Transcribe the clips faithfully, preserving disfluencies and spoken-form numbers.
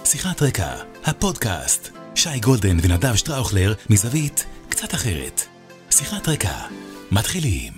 שיחת רקע, הפודקאסט. שי גולדן ונדב שטראוכלר מזווית קצת אחרת. שיחת רקע, מתחילים.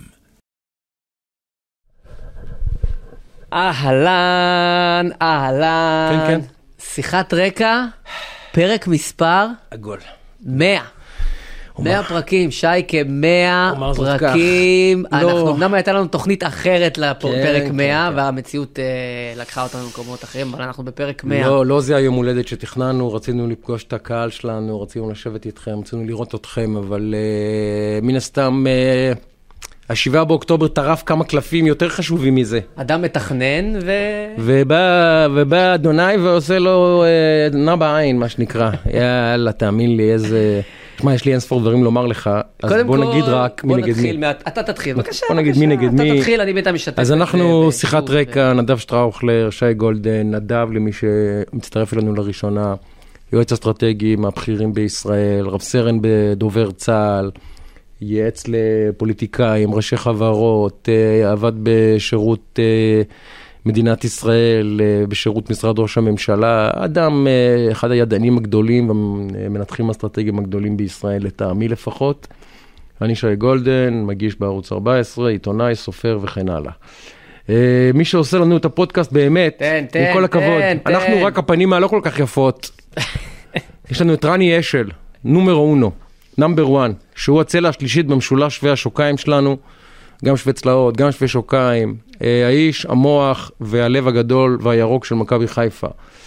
אהלן, אהלן. כן, כן. שיחת רקע, פרק מספר עגול. מאה. מאה פרקים, שייקה, מאה אומר זאת פרקים. כך. לא. אנחנו, אמנם הייתה לנו תוכנית אחרת לפרק כן, מאה, כן. והמציאות אה, לקחה אותנו למקומות אחרים, אבל אנחנו בפרק מאה. לא, לא זה היום הולדת שתכננו, רצינו לפגוש את הקהל שלנו, רצינו לשבת איתכם, רצינו לראות אתכם, אבל uh, מן הסתם, uh, השבעה באוקטובר טרף כמה קלפים יותר חשובים מזה. אדם מתכנן ו... ובא, ובא אדוני ועושה לו uh, נע בעין, מה שנקרא. יאללה, תאמין לי, איזה... תשמע, יש לי אין ספור דברים לומר לך, אז בוא נגיד רק מי נגד מי. אתה תתחיל, בבקשה. בוא נגיד מי נגד מי. אתה תתחיל, אני בינתיים משתתף. אז אנחנו שיחת רקע, נדב שטראוכלר, שי גולדן, נדב למי שמצטרף אלינו לראשונה, יועץ אסטרטגי מהבכירים בישראל, רב סרן בדובר צה"ל, ייעץ לפוליטיקאים, ראשי חברות, עבד בשירות מדינת ישראל, בשירות משרד ראש הממשלה, אדם, אחד הידענים הגדולים והמנתחים האסטרטגיים הגדולים בישראל, לטעמי לפחות. אני שי גולדן, מגיש בערוץ ארבע עשרה, עיתונאי, סופר וכן הלאה. מי שעושה לנו את הפודקאסט באמת, תן, תן, עם כל הכבוד, תן, אנחנו תן. רק הפנים הלא כל כך יפות. יש לנו את רני אשל, נומרו אונו, נאמבר וואן, שהוא הצלע השלישית במשולש שווה השוקיים שלנו, גם שווה צלעות, גם שווה שוקיים, האיש, המוח והלב הגדול והירוק של מכבי חיפה.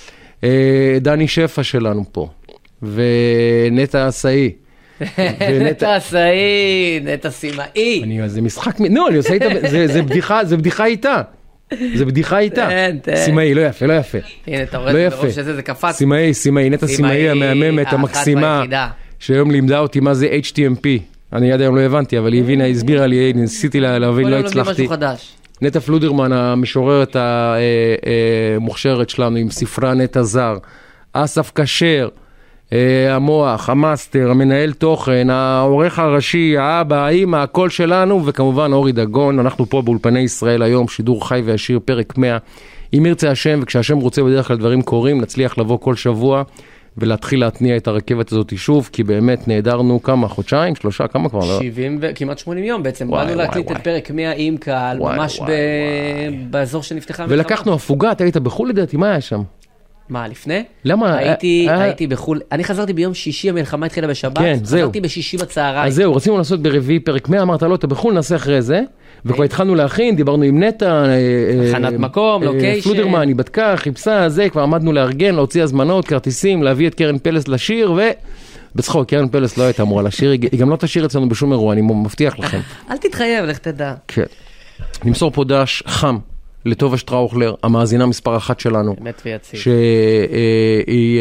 דני שפע שלנו פה, ונטע עשאי. נטע עשאי, נטע סימאי. אני, זה משחק, נו, אני עושה איתה, זה, זה בדיחה, זה בדיחה איתה. זה בדיחה איתה. תן, תן. סימאי, לא יפה, לא יפה. הנה, אתה לא רואה יפה. בראש שזה, זה קפץ. סימאי, סימאי, נטע סימאי המהממת, האחת המקסימה, והיחידה. שהיום לימדה אותי מה זה אייץ' טי אם פי. אני עד היום לא הבנתי, אבל היא הבינה, הסבירה לי, ניסיתי להבין, לא הצלחתי. משהו חדש. נטע פלודרמן, המשוררת המוכשרת שלנו, עם ספרה נטע זר, אסף כשר, המוח, המאסטר, המנהל תוכן, העורך הראשי, האבא, האמא, הכל שלנו, וכמובן אורי דגון. אנחנו פה באולפני ישראל היום, שידור חי וישיר, פרק מאה. אם ירצה השם, וכשהשם רוצה בדרך כלל דברים קורים, נצליח לבוא כל שבוע, ולהתחיל להתניע את הרכבת הזאת שוב, כי באמת נהדרנו כמה, חודשיים, שלושה, כמה כבר? שבעים וכמעט שמונים יום בעצם. וואי, באנו וואי, להקליט וואי. את פרק מאה עם קהל, וואי, ממש וואי, ב- וואי. באזור שנפתחה המלחמה. ולקחנו הפוגה, אתה היית בחול לדעתי, מה היה שם? מה, לפני? למה? הייתי, אה, אה. הייתי בחול, אני חזרתי ביום שישי, המלחמה התחילה בשבת, כן, זהו. חזרתי בשישי בצהריים. אז זהו, רצינו לעשות ברביעי פרק מאה, אמרת לא, אתה בחול, נעשה אחרי זה, וכבר התחלנו להכין, דיברנו עם נטע, הכנת מקום, לוקיישן. פלודרמן, היא בדקה, חיפשה, זה, כבר עמדנו לארגן, להוציא הזמנות, כרטיסים, להביא את קרן פלס לשיר, ו... בצחוק, קרן פלס לא הייתה אמורה לשיר, היא גם לא תשיר אצלנו בשום אירוע, אני מבטיח לכם. אל תתחייב, לך תדע. כן. נמסור פה דש חם לטובה שטראוכלר, המאזינה מספר אחת שלנו. אמת ויציב. שהיא,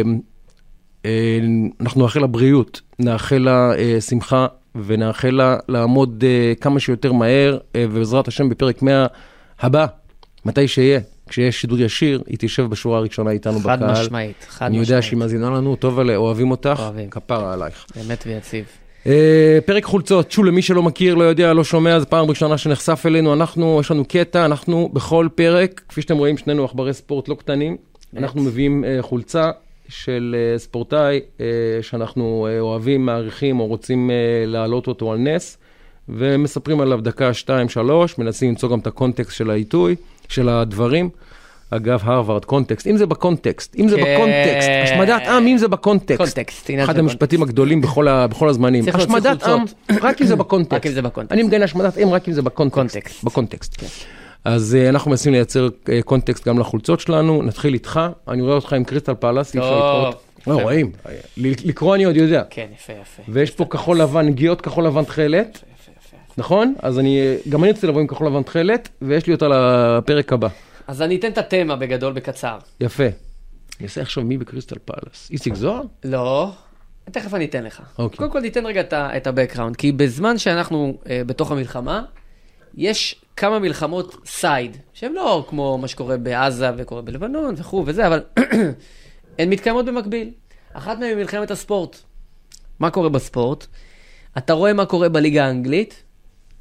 אנחנו נאחל לה בריאות, נאחל לה שמחה, ונאחל לה לעמוד כמה שיותר מהר, ובעזרת השם בפרק מאה הבא, מתי שיהיה, כשיש שידור ישיר, היא תשב בשורה הראשונה איתנו בקהל. חד משמעית, חד אני משמעית. יודע שהיא מאזינה לנו, טוב עליה, אוהבים אותך, אוהבים. כפרה עלייך. אמת ויציב. אה, פרק חולצות, שוב למי שלא מכיר, לא יודע, לא שומע, זו פעם ראשונה שנחשף אלינו, אנחנו, יש לנו קטע, אנחנו בכל פרק, כפי שאתם רואים, שנינו עכברי ספורט לא קטנים, אנחנו מביאים אה, חולצה של אה, ספורטאי, אה, שאנחנו אה, אוהבים, מעריכים, או רוצים אה, להעלות אותו על נס, ומספרים עליו דקה, שתיים, שלוש, מנסים למצוא גם את הקונטקסט של העיתוי, של הדברים. אגב, הרווארד, קונטקסט, אם זה בקונטקסט, אם זה בקונטקסט, השמדת עם, אם זה בקונטקסט. קונטקסט, הנה אחד זה המשפטים הגדולים בכל ה- בכל הזמנים. צריך להוציא השמדת עם, חולצות. רק אם זה בקונטקסט. רק אם זה בקונטקסט. אני מגן השמדת עם רק אם זה בקונטקסט. קונטקסט. בקונטקסט. אז אה, אנחנו מנסים לייצר אה, קונטקסט גם לחולצות שלנו. נתחיל איתך, אני רואה אותך עם קריסטל פלאס, אי אפשר לקרוא. לא, רואים. לקרוא אני עוד יודע. כן, יפה, יפה. ויש פה כחול לבן, נגיעות כחול לבן תכלת. יפה, יפה. נכון? אז אני, גם אני רוצה לבוא עם כחול לבן תכלת, ויש לי אותה לפרק הבא. אז אני אתן את התמה בגדול, בקצר. יפה. אני אעשה עכשיו מי בקריסטל פלאס? איציק זוהר? לא, תכף אני אתן לך. אוקיי. קודם כל ניתן רגע את ה- את ה-background, כי בזמן שאנחנו אה, בתוך המלחמה, יש כמה מלחמות סייד, שהן לא כמו מה שקורה בעזה וקורה בלבנון וכו' וזה, אבל הן מתקיימות במקביל. אחת מהן היא מלחמת הספורט. מה קורה בספורט? אתה רואה מה קורה בליגה האנגלית,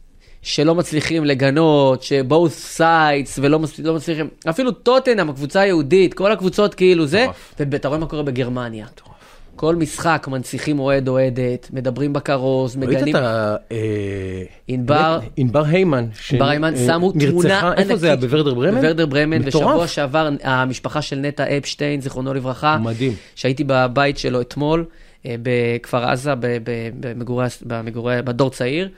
שלא מצליחים לגנות, שבואו סייטס ולא לא מצליחים, אפילו טוטנהאם, הקבוצה היהודית, כל הקבוצות כאילו זה, ואתה רואה מה קורה בגרמניה. כל משחק מנציחים אוהד אוהדת, מדברים בכרוס, מגנים... ראית את ענבר... ענבר היימן. ענבר היימן שמו תמונה ענקית. איפה זה היה? בוורדר ברמן? בוורדר ברמן, ושבוע שעבר המשפחה של נטע אפשטיין, זיכרונו לברכה. מדהים. שהייתי בבית שלו אתמול, בכפר עזה, במגורי, בדור צעיר.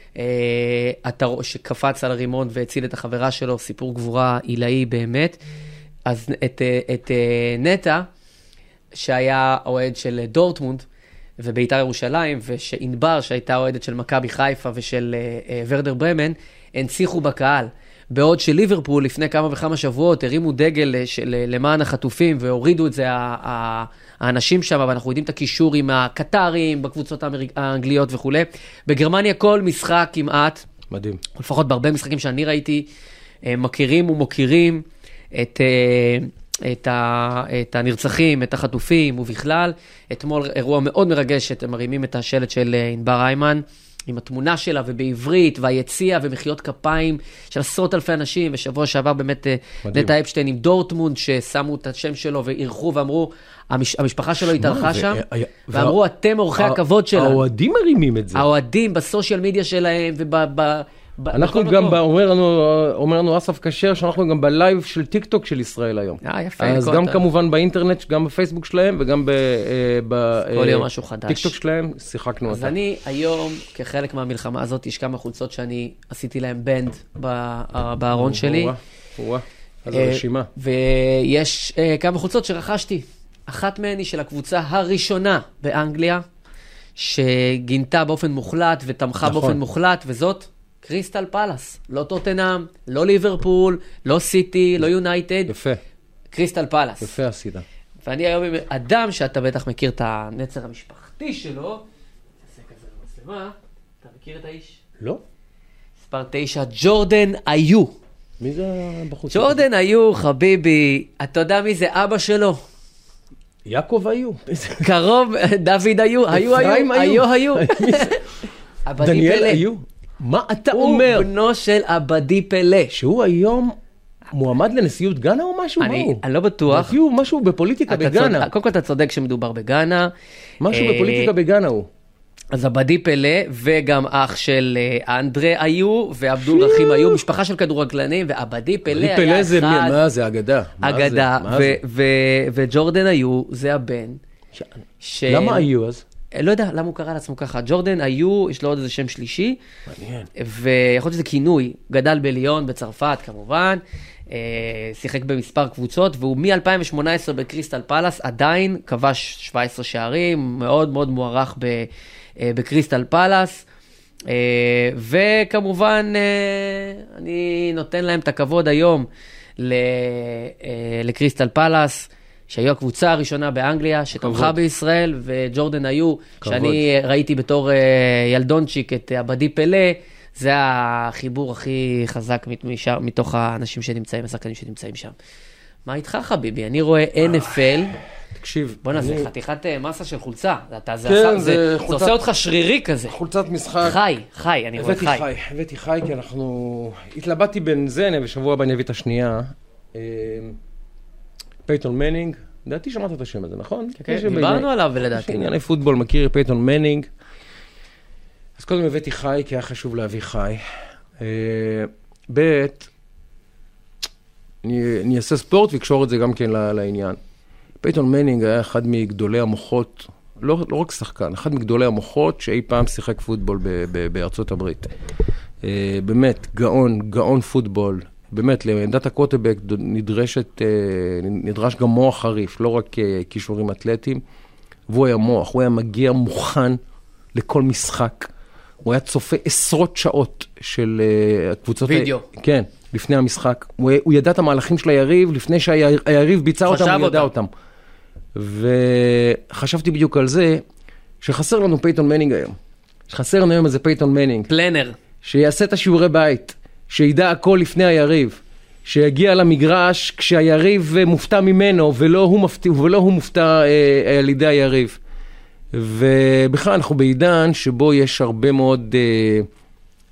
שקפץ על הרימון והציל את החברה שלו, סיפור גבורה עילאי באמת. אז את, את נטע, שהיה אוהד של דורטמונד וביתר ירושלים, ושענבר שהייתה אוהדת של מכבי חיפה ושל ורדר ברמן, הנציחו בקהל. בעוד שליברפול לפני כמה וכמה שבועות הרימו דגל של, למען החטופים והורידו את זה האנשים שם, ואנחנו יודעים את הקישור עם הקטרים בקבוצות האנגליות וכו'. בגרמניה כל משחק כמעט, מדהים. לפחות בהרבה משחקים שאני ראיתי, מכירים ומוקירים את... את, ה, את הנרצחים, את החטופים, ובכלל, אתמול אירוע מאוד מרגש, אתם מרימים את השלט של ענבר היימן, עם התמונה שלה, ובעברית, והיציאה, ומחיות כפיים של עשרות אלפי אנשים, ושבוע שעבר באמת נטע אפשטיין עם דורטמונד, ששמו את השם שלו, וערכו ואמרו, המש, המשפחה שלו התארחה שם, ואמרו, אתם אורחי הכבוד שלנו. האוהדים מרימים את זה. האוהדים בסושיאל מדיה שלהם, וב... אנחנו גם, אומר לנו, אומר לנו אסף כשר, שאנחנו גם בלייב של טיק טוק של ישראל היום. אה, יפה. אז גם כמובן באינטרנט, גם בפייסבוק שלהם, וגם בטיק טוק שלהם, שיחקנו אותה. אז אני היום, כחלק מהמלחמה הזאת, יש כמה חולצות שאני עשיתי להם בנד בארון שלי. וואה, אז הרשימה. ויש כמה חולצות שרכשתי. אחת מהן היא של הקבוצה הראשונה באנגליה, שגינתה באופן מוחלט ותמכה באופן מוחלט, וזאת קריסטל פלאס, לא טוטנהאם, לא ליברפול, לא סיטי, לא יונייטד. יפה. קריסטל פלאס. יפה עשית. ואני היום עם אדם שאתה בטח מכיר את הנצר המשפחתי שלו, תעשה כזה למצלמה, אתה מכיר את האיש? לא. מספר תשע, ג'ורדן איו. מי זה בחוץ? ג'ורדן איו, חביבי, אתה יודע מי זה אבא שלו? יעקב איו. קרוב, דוד איו, היו היו, היו היו. דניאל איו. מה אתה אומר? הוא בנו של עבדי פלא. שהוא היום מועמד לנשיאות גאנה או משהו? אני, אני לא בטוח. הוא משהו בפוליטיקה בגאנה. קודם כל אתה צודק שמדובר בגאנה. משהו בפוליטיקה בגאנה הוא. אז עבדי פלא, וגם אח של אנדרי היו, ועבדול רחים היו, משפחה של כדורגלנים, ועבדי פלא היה אחד. עבדי פלא זה, מה זה? אגדה. אגדה, וג'ורדן היו, זה הבן. למה היו אז? לא יודע למה הוא קרא לעצמו ככה. ג'ורדן היו, יש לו עוד איזה שם שלישי. מעניין. ויכול להיות שזה כינוי. גדל בליון, בצרפת כמובן. שיחק במספר קבוצות, והוא מ-אלפיים שמונה עשרה בקריסטל פלאס, עדיין כבש שבע עשרה שערים, מאוד מאוד מוערך בקריסטל פלאס. וכמובן, אני נותן להם את הכבוד היום לקריסטל פלאס, שהיו הקבוצה הראשונה באנגליה, שתמכה בישראל, וג'ורדן היו, שאני ראיתי בתור ילדונצ'יק את עבדי פלא, זה החיבור הכי חזק מתוך האנשים שנמצאים, השחקנים שנמצאים שם. מה איתך חביבי? אני רואה אן אף אל, תקשיב. בוא נעשה חתיכת מסה של חולצה, זה עושה אותך שרירי כזה. חולצת משחק. חי, חי, אני רואה חי. הבאתי חי, כי אנחנו התלבטתי בין זה, ושבוע הבא אני אביא את השנייה. פייטון מנינג, לדעתי שמעת את השם הזה, נכון? דיברנו עליו ולדעתי. ענייני פוטבול, מכיר פייטון מנינג. אז קודם הבאתי חי, כי היה חשוב להביא חי. ב' אני אעשה ספורט ויקשור את זה גם כן לעניין. פייטון מנינג היה אחד מגדולי המוחות, לא, לא רק שחקן, אחד מגדולי המוחות שאי פעם שיחק פוטבול בארצות הברית. באמת, גאון, גאון פוטבול. באמת, לעמדת הקווטרבק נדרשת, נדרש גם מוח חריף, לא רק כישורים אתלטיים. והוא היה מוח, הוא היה מגיע מוכן לכל משחק. הוא היה צופה עשרות שעות של הקבוצות... וידאו. כן, לפני המשחק. הוא, הוא ידע את המהלכים של היריב, לפני שהיריב ביצע אותם, הוא ידע אותם. וחשבתי בדיוק על זה, שחסר לנו פייטון מנינג היום. שחסר לנו היום איזה פייטון מנינג. פלנר. שיעשה את השיעורי בית. שידע הכל לפני היריב, שיגיע למגרש כשהיריב מופתע ממנו, ולא הוא מופתע, ולא הוא מופתע אה, על ידי היריב. ובכלל אנחנו בעידן שבו יש הרבה מאוד, אה,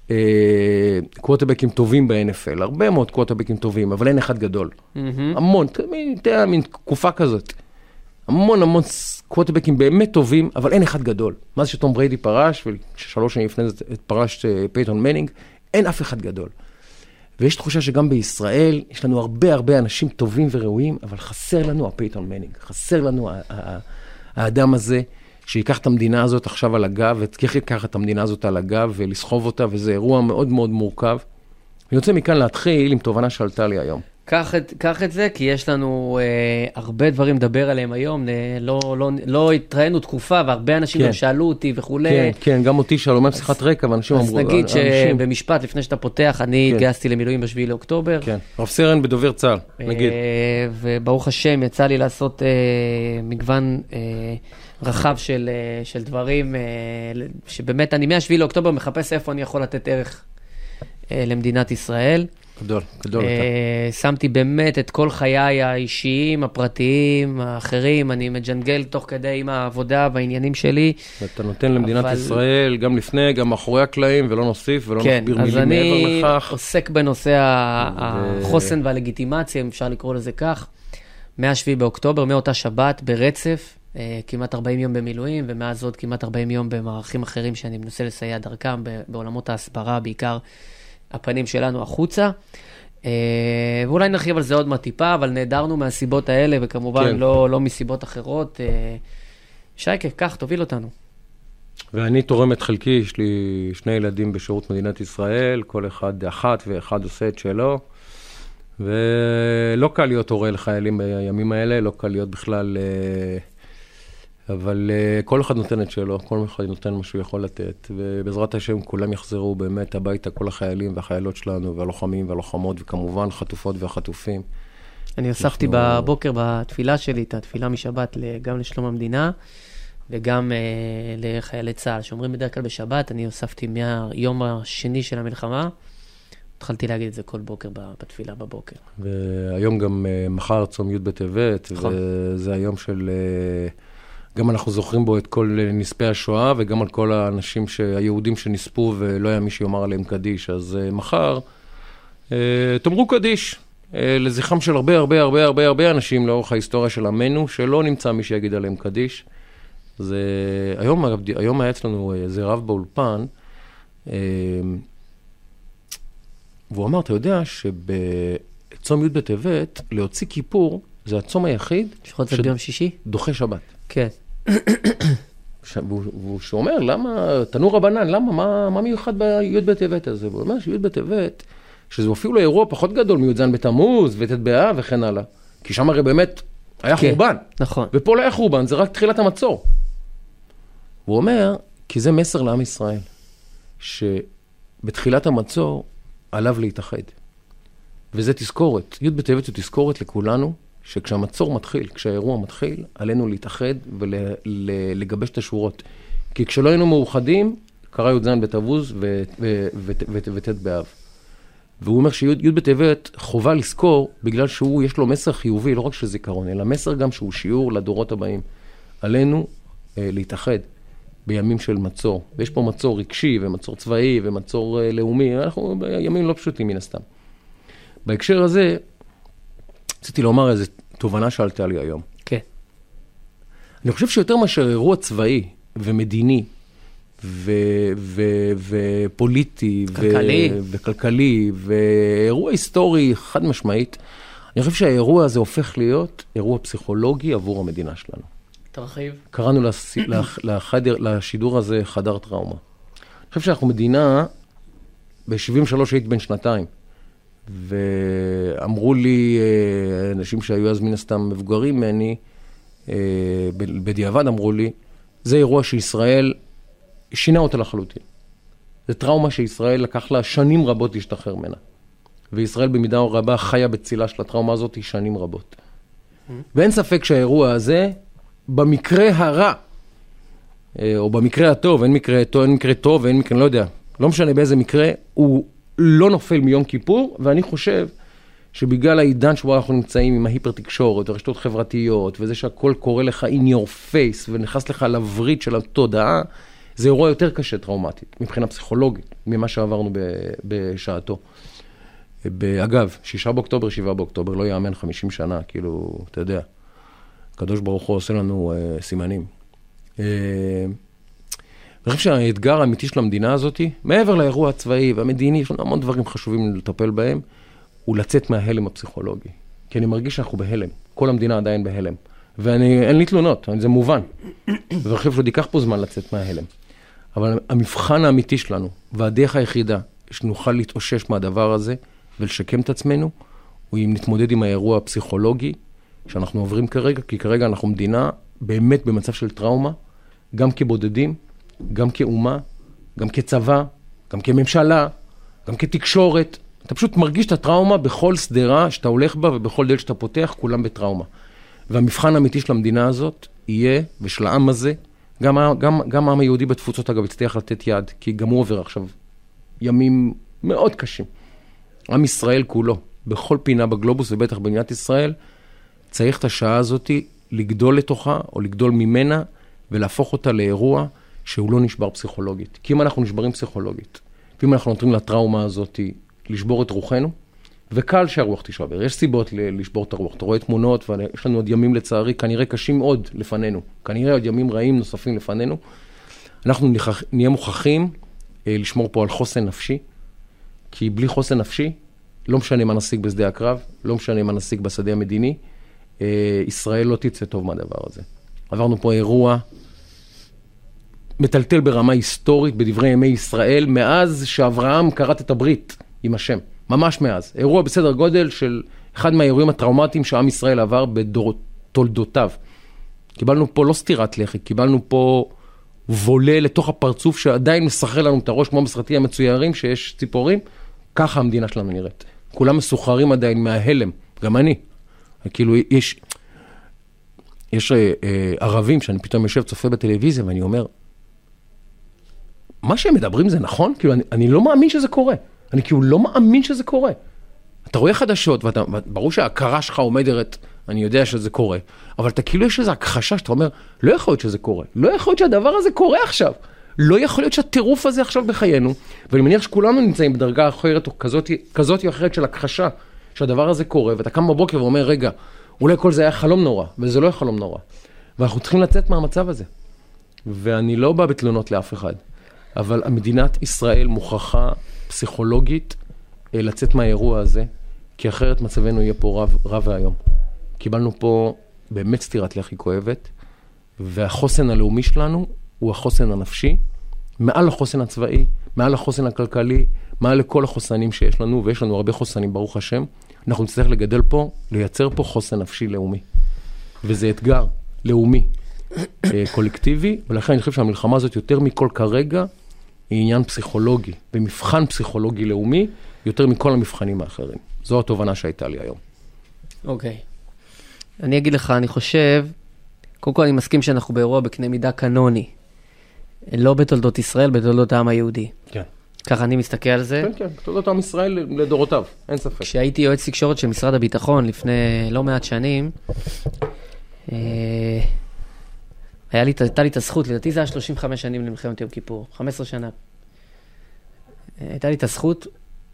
קווטרבקים טובים ב-אן אף אל, הרבה מאוד קווטרבקים טובים, אבל אין אחד גדול. המון, תראה, מין תקופה כזאת. המון המון קווטרבקים באמת טובים, אבל אין אחד גדול. מה זה שטום בריידי פרש, ושלוש שנים לפני זה פרש פייטון מנינג, אין אף אחד גדול. ויש תחושה שגם בישראל יש לנו הרבה הרבה אנשים טובים וראויים, אבל חסר לנו הפייטון מנינג, חסר לנו האדם הזה, שיקח את המדינה הזאת עכשיו על הגב, וצריך לקח את המדינה הזאת על הגב ולסחוב אותה, וזה אירוע מאוד מאוד מורכב. אני רוצה מכאן להתחיל עם תובנה שעלתה לי היום. קח את, קח את זה, כי יש לנו אה, הרבה דברים לדבר עליהם היום, אה, לא, לא, לא התראינו תקופה, והרבה אנשים כן. גם שאלו אותי וכולי. כן, כן, גם אותי שאלו מה שיחת רקע, ואנשים אז אמרו... אז נגיד אנשים... שבמשפט, לפני שאתה פותח, אני כן. התגייסתי למילואים בשביעי לאוקטובר. כן, רב סרן בדובר צה"ל, נגיד. אה, וברוך השם, יצא לי לעשות אה, מגוון אה, רחב של, אה, של דברים, אה, שבאמת אני מהשביעי לאוקטובר מחפש איפה אני יכול לתת ערך אה, למדינת ישראל. גדול, גדול אתה. שמתי באמת את כל חיי האישיים, הפרטיים, האחרים, אני מג'נגל תוך כדי עם העבודה והעניינים שלי. ואתה נותן למדינת ישראל, גם לפני, גם מאחורי הקלעים, ולא נוסיף, ולא נכביר מילים מעבר לכך. אז אני עוסק בנושא החוסן והלגיטימציה, אם אפשר לקרוא לזה כך, מהשביעי באוקטובר, מאותה שבת ברצף, כמעט ארבעים יום במילואים, ומאז עוד כמעט ארבעים יום במערכים אחרים שאני מנסה לסייע דרכם, בעולמות ההסברה, בעיקר הפנים שלנו החוצה, ואולי נרחיב על זה עוד מעט-טיפה, אבל נהדרנו מהסיבות האלה, וכמובן כן. לא, לא מסיבות אחרות. שייקה, כך, תוביל אותנו. ואני תורם את חלקי, יש לי שני ילדים בשירות מדינת ישראל, כל אחד אחת ואחד עושה את שלו, ולא קל להיות הורה לחיילים בימים האלה, לא קל להיות בכלל... אבל uh, כל אחד נותן את שלו, כל אחד נותן מה שהוא יכול לתת, ובעזרת השם כולם יחזרו באמת הביתה, כל החיילים והחיילות שלנו, והלוחמים והלוחמות, וכמובן חטופות והחטופים. אני הוספתי אנחנו... בבוקר בתפילה שלי, את התפילה משבת גם לשלום המדינה, וגם uh, לחיילי צה"ל, שאומרים בדרך כלל בשבת, אני הוספתי מהיום השני של המלחמה, התחלתי להגיד את זה כל בוקר בתפילה בבוקר. והיום גם uh, מחר צום י' בטבת, נכון. וזה היום של... Uh, גם אנחנו זוכרים בו את כל נספי השואה, וגם על כל האנשים, היהודים שנספו, ולא היה מי שיאמר עליהם קדיש. אז uh, מחר, uh, תאמרו קדיש, uh, לזכרם של הרבה, הרבה, הרבה, הרבה, הרבה אנשים לאורך ההיסטוריה של עמנו, שלא נמצא מי שיגיד עליהם קדיש. אז uh, היום, היום היה אצלנו איזה רב באולפן, uh, והוא אמר, אתה יודע שבצום י' בטבת, להוציא כיפור, זה הצום היחיד, שחוץ זה ביום שישי? דוחה שבת. כן. והוא שאומר, למה, תנור רבנן, למה, מה, מה מיוחד בי' בטבת הזה? והוא אומר שי' בטבת, שזה אפילו לא אירוע פחות גדול מי' ז' בתמוז וט' באב וכן הלאה. כי שם הרי באמת היה כן, חורבן. נכון. ופה לא היה חורבן, זה רק תחילת המצור. הוא אומר, כי זה מסר לעם ישראל, שבתחילת המצור עליו להתאחד. וזה תזכורת. י' בטבת הוא תזכורת לכולנו, שכשהמצור מתחיל, כשהאירוע מתחיל, עלינו להתאחד ולגבש את השורות. כי כשלא היינו מאוחדים, קרה י' ז' בתמוז וט' באב. והוא אומר שי' בטבת חובה לזכור, בגלל שהוא, יש לו מסר חיובי, לא רק של זיכרון, אלא מסר גם שהוא שיעור לדורות הבאים. עלינו אה, להתאחד בימים של מצור. ויש פה מצור רגשי ומצור צבאי ומצור אה, לאומי. אנחנו בימים לא פשוטים מן הסתם. בהקשר הזה, רציתי לומר איזו תובנה שעלתה לי היום. כן. אני חושב שיותר מאשר אירוע צבאי ומדיני ו- ו- ופוליטי כלכלי. ו- וכלכלי ואירוע היסטורי חד משמעית, אני חושב שהאירוע הזה הופך להיות אירוע פסיכולוגי עבור המדינה שלנו. תרחיב. קראנו לס- לחדר, לשידור הזה חדר טראומה. אני חושב שאנחנו מדינה, ב-שבעים ושלוש היית בין שנתיים. ואמרו לי אנשים שהיו אז מן הסתם מבוגרים ממני, בדיעבד אמרו לי, זה אירוע שישראל שינה אותה לחלוטין. זה טראומה שישראל לקח לה שנים רבות להשתחרר ממנה. וישראל במידה רבה חיה בצילה של הטראומה הזאת שנים רבות. ואין ספק שהאירוע הזה, במקרה הרע, או במקרה הטוב, אין מקרה טוב, אין מקרה טוב, אין מקרה, לא יודע, לא משנה באיזה מקרה, הוא לא נופל מיום כיפור, ואני חושב שבגלל העידן שבו אנחנו נמצאים עם ההיפר תקשורת, הרשתות חברתיות, וזה שהכל קורה לך in your face, ונכנס לך לברית של התודעה, זה אירוע יותר קשה טראומטית, מבחינה פסיכולוגית, ממה שעברנו בשעתו. אגב, שישה באוקטובר, שבעה באוקטובר, לא יאמן חמישים שנה, כאילו, אתה יודע, הקדוש ברוך הוא עושה לנו אה, סימנים. אה, אני חושב שהאתגר האמיתי של המדינה הזאת, מעבר לאירוע הצבאי והמדיני, יש לנו המון דברים חשובים לטפל בהם, הוא לצאת מההלם הפסיכולוגי. כי אני מרגיש שאנחנו בהלם, כל המדינה עדיין בהלם. ואין לי תלונות, זה מובן. ואני חושב שעוד ייקח פה זמן לצאת מההלם. אבל המבחן האמיתי שלנו, והדרך היחידה, שנוכל להתאושש מהדבר הזה, ולשקם את עצמנו, הוא אם נתמודד עם האירוע הפסיכולוגי, שאנחנו עוברים כרגע, כי כרגע אנחנו מדינה באמת במצב של טראומה, גם כבודדים, גם כאומה, גם כצבא, גם כממשלה, גם כתקשורת. אתה פשוט מרגיש את הטראומה בכל סדרה שאתה הולך בה, ובכל דלת שאתה פותח, כולם בטראומה. והמבחן האמיתי של המדינה הזאת יהיה, ושל העם הזה, גם, גם, גם העם היהודי בתפוצות, אגב, יצטרך לתת יד, כי גם הוא עובר עכשיו ימים מאוד קשים. עם ישראל כולו, בכל פינה בגלובוס, ובטח במדינת ישראל, צריך את השעה הזאת לגדול לתוכה, או לגדול ממנה, ולהפוך אותה לאירוע שהוא לא נשבר פסיכולוגית. כי אם אנחנו נשברים פסיכולוגית, ואם אנחנו נותרים לטראומה הזאת לשבור את רוחנו, וקל שהרוח תשבר. יש סיבות לשבור את הרוח. אתה רואה תמונות, ויש לנו עוד ימים לצערי, כנראה קשים עוד לפנינו. כנראה עוד ימים רעים נוספים לפנינו. אנחנו נהיה מוכרחים לשמור פה על חוסן נפשי, כי בלי חוסן נפשי, לא משנה מה נשיג בשדה הקרב, לא משנה מה נשיג בשדה המדיני, ישראל לא תצא טוב מהדבר הזה. עברנו פה אירוע מטלטל ברמה היסטורית בדברי ימי ישראל, מאז שאברהם קראת את הברית עם השם. ממש מאז. אירוע בסדר גודל של אחד מהאירועים הטראומטיים שעם ישראל עבר בתולדותיו. קיבלנו פה לא סתירת לחי, קיבלנו פה וולה לתוך הפרצוף שעדיין מסחרר לנו את הראש, כמו בסרטים המצוירים שיש ציפורים, ככה המדינה שלנו נראית. כולם מסוחרים עדיין מההלם, גם אני. כאילו יש, יש אה, אה, ערבים שאני פתאום יושב צופה בטלוויזיה ואני אומר, מה שהם מדברים זה נכון? כאילו אני, אני לא מאמין שזה קורה. אני כאילו לא מאמין שזה קורה. אתה רואה חדשות, ואתה, ברור שההכרה שלך עומדת, אני יודע שזה קורה, אבל אתה כאילו יש איזו הכחשה שאתה אומר, לא יכול להיות שזה קורה, לא יכול להיות שהדבר הזה קורה עכשיו, לא יכול להיות שהטירוף הזה עכשיו בחיינו, ואני מניח שכולנו נמצאים בדרגה אחרת, או כזאת, כזאת או אחרת של הכחשה, שהדבר הזה קורה, ואתה קם בבוקר ואומר, רגע, אולי כל זה היה חלום נורא, וזה לא היה חלום נורא. ואנחנו צריכים לצאת מהמצב הזה. ואני לא בא בתלונות לאף אחד, אבל המדינת ישראל מוכרחה פסיכולוגית לצאת מהאירוע הזה, כי אחרת מצבנו יהיה פה רב, רב והיום. קיבלנו פה באמת סתירת לחי כואבת, והחוסן הלאומי שלנו הוא החוסן הנפשי, מעל החוסן הצבאי, מעל החוסן הכלכלי, מעל לכל החוסנים שיש לנו, ויש לנו הרבה חוסנים, ברוך השם. אנחנו נצטרך לגדל פה, לייצר פה חוסן נפשי לאומי. וזה אתגר לאומי, קולקטיבי, ולכן אני חושב שהמלחמה הזאת יותר מכל כרגע, היא עניין פסיכולוגי, במבחן פסיכולוגי לאומי, יותר מכל המבחנים האחרים. זו התובנה שהייתה לי היום. אוקיי. אני אגיד לך, אני חושב, קודם כל אני מסכים שאנחנו באירוע בקנה מידה קנוני, לא בתולדות ישראל, בתולדות העם היהודי. כן. ככה אני מסתכל על זה. כן, כן, בתולדות העם ישראל לדורותיו, אין ספק. כשהייתי יועץ תקשורת של משרד הביטחון לפני לא מעט שנים, היה לי, הייתה לי את הזכות, לדעתי זה היה שלושים וחמש שנים למלחמת יום כיפור, חמש עשרה שנה. הייתה לי את הזכות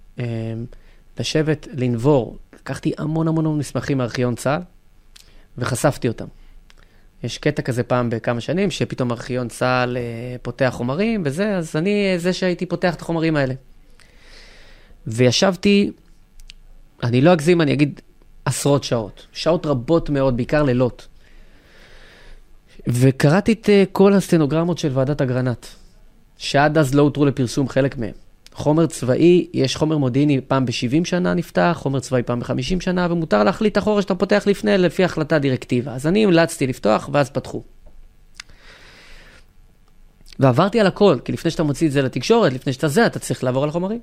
לשבת, לנבור, לקחתי המון המון המון מסמכים מארכיון צה"ל, וחשפתי אותם. יש קטע כזה פעם בכמה שנים, שפתאום ארכיון צה"ל פותח חומרים, וזה, אז אני זה שהייתי פותח את החומרים האלה. וישבתי, אני לא אגזים, אני אגיד עשרות שעות, שעות רבות מאוד, בעיקר לילות. וקראתי את כל הסטנוגרמות של ועדת אגרנט, שעד אז לא הותרו לפרסום חלק מהם. חומר צבאי, יש חומר מודיעיני פעם ב-שבעים שנה נפתח, חומר צבאי פעם ב-חמישים שנה, ומותר להחליט אחורה שאתה פותח לפני, לפי החלטה דירקטיבה. אז אני המלצתי לפתוח, ואז פתחו. ועברתי על הכל, כי לפני שאתה מוציא את זה לתקשורת, לפני שאתה זה, אתה צריך לעבור על החומרים.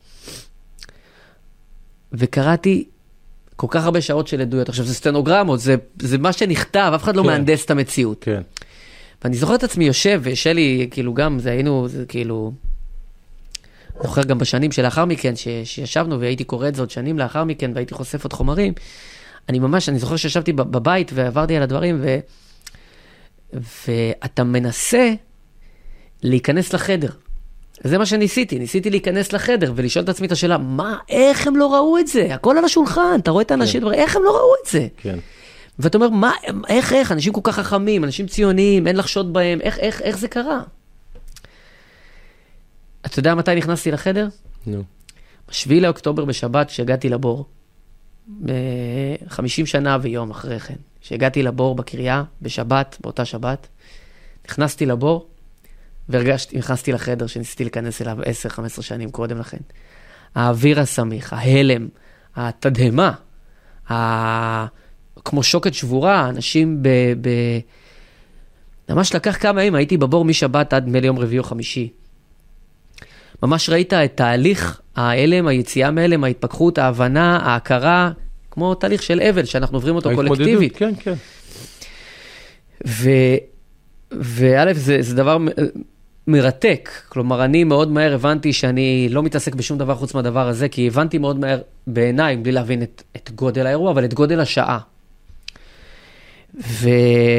וקראתי כל כך הרבה שעות של עדויות. עכשיו, זה סטנוגרמות, זה, זה מה שנכתב, אף אחד לא כן. מהנדס את המציאות. כן. ואני זוכר את עצמי יושב, ושלי, כאילו גם, זה היינו, זה כאילו... זוכר גם בשנים שלאחר מכן, ש, שישבנו והייתי קורא את זה עוד שנים לאחר מכן, והייתי חושף עוד חומרים. אני ממש, אני זוכר שישבתי בבית ועברתי על הדברים, ו, ואתה מנסה להיכנס לחדר. זה מה שניסיתי, ניסיתי להיכנס לחדר ולשאול את עצמי את השאלה, מה, איך הם לא ראו את זה? הכל על השולחן, אתה רואה את האנשים, כן. איך הם לא ראו את זה? כן. ואתה אומר, מה, איך, איך, אנשים כל כך חכמים, אנשים ציוניים, אין לחשוד בהם, איך, איך, איך זה קרה? אתה יודע מתי נכנסתי לחדר? נו. בשביעי לאוקטובר בשבת, שהגעתי לבור, ב-חמישים שנה ויום אחרי כן, שהגעתי לבור בקריה, בשבת, באותה שבת, נכנסתי לבור, והרגשתי, נכנסתי לחדר שניסיתי להיכנס אליו עשר חמש עשרה שנים קודם לכן. האוויר הסמיך, ההלם, התדהמה, ה... כמו שוקת שבורה, אנשים ב... ב... ממש לקח כמה ימים, הייתי בבור משבת עד מיל יום רביעי או חמישי. ממש ראית את תהליך ההלם, היציאה מהלם, ההתפכחות, ההבנה, ההכרה, כמו תהליך של אבל, שאנחנו עוברים אותו קולקטיבית. כן, כן. ו... וא' זה, זה דבר מרתק, כלומר אני מאוד מהר הבנתי שאני לא מתעסק בשום דבר חוץ מהדבר הזה, כי הבנתי מאוד מהר בעיניי, בלי להבין את, את גודל האירוע, אבל את גודל השעה. ואתה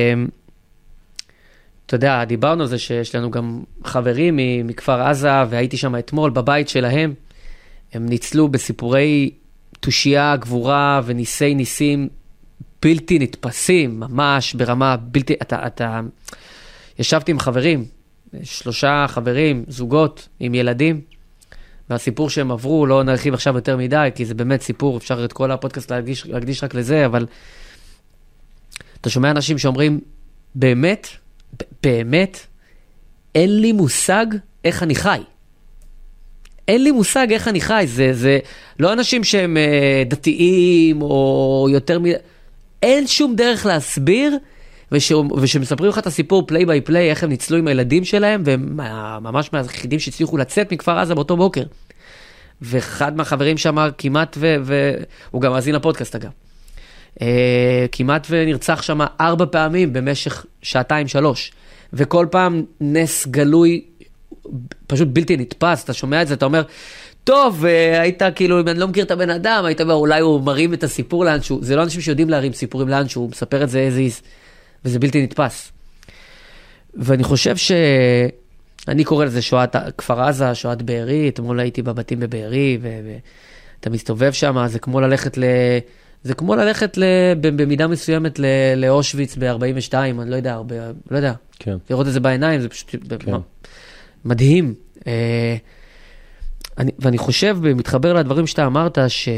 יודע, דיברנו על זה שיש לנו גם חברים מכפר עזה, והייתי שם אתמול בבית שלהם, הם ניצלו בסיפורי תושייה, גבורה וניסי ניסים בלתי נתפסים, ממש ברמה בלתי, אתה, אתה, ישבתי עם חברים, שלושה חברים, זוגות עם ילדים, והסיפור שהם עברו, לא נרחיב עכשיו יותר מדי, כי זה באמת סיפור, אפשר את כל הפודקאסט להקדיש, להקדיש רק לזה, אבל אתה שומע אנשים שאומרים, באמת, באמת, אין לי מושג איך אני חי. אין לי מושג איך אני חי, זה, זה לא אנשים שהם דתיים, או יותר מ... אין שום דרך להסביר, וש... ושמספרים לך את הסיפור פליי ביי פליי, איך הם ניצלו עם הילדים שלהם, והם ממש מהיחידים שהצליחו לצאת מכפר עזה באותו בוקר. ואחד מהחברים שם כמעט, ו... והוא גם מאזין לפודקאסט אגב, כמעט ונרצח שם ארבע פעמים במשך שעתיים שלוש, וכל פעם נס גלוי, פשוט בלתי נתפס, אתה שומע את זה, אתה אומר, טוב, היית כאילו, אם אני לא מכיר את הבן אדם, היית אומר, אולי הוא מרים את הסיפור לאנשהו, זה לא אנשים שיודעים להרים סיפורים לאנשהו, הוא מספר את זה איזה איז, וזה בלתי נתפס. ואני חושב ש... אני קורא לזה שואת כפר עזה, שואת בארי, אתמול הייתי בבתים בבארי, ואתה מסתובב שם, זה כמו ללכת ל... זה כמו ללכת ל... במידה מסוימת ל... לאושוויץ ב-ארבעים ושתיים, אני לא יודע, הרבה... לא יודע. כן. לראות את זה בעיניים, זה פשוט כן. מדהים. אני... ואני חושב, מתחבר לדברים שאתה אמרת,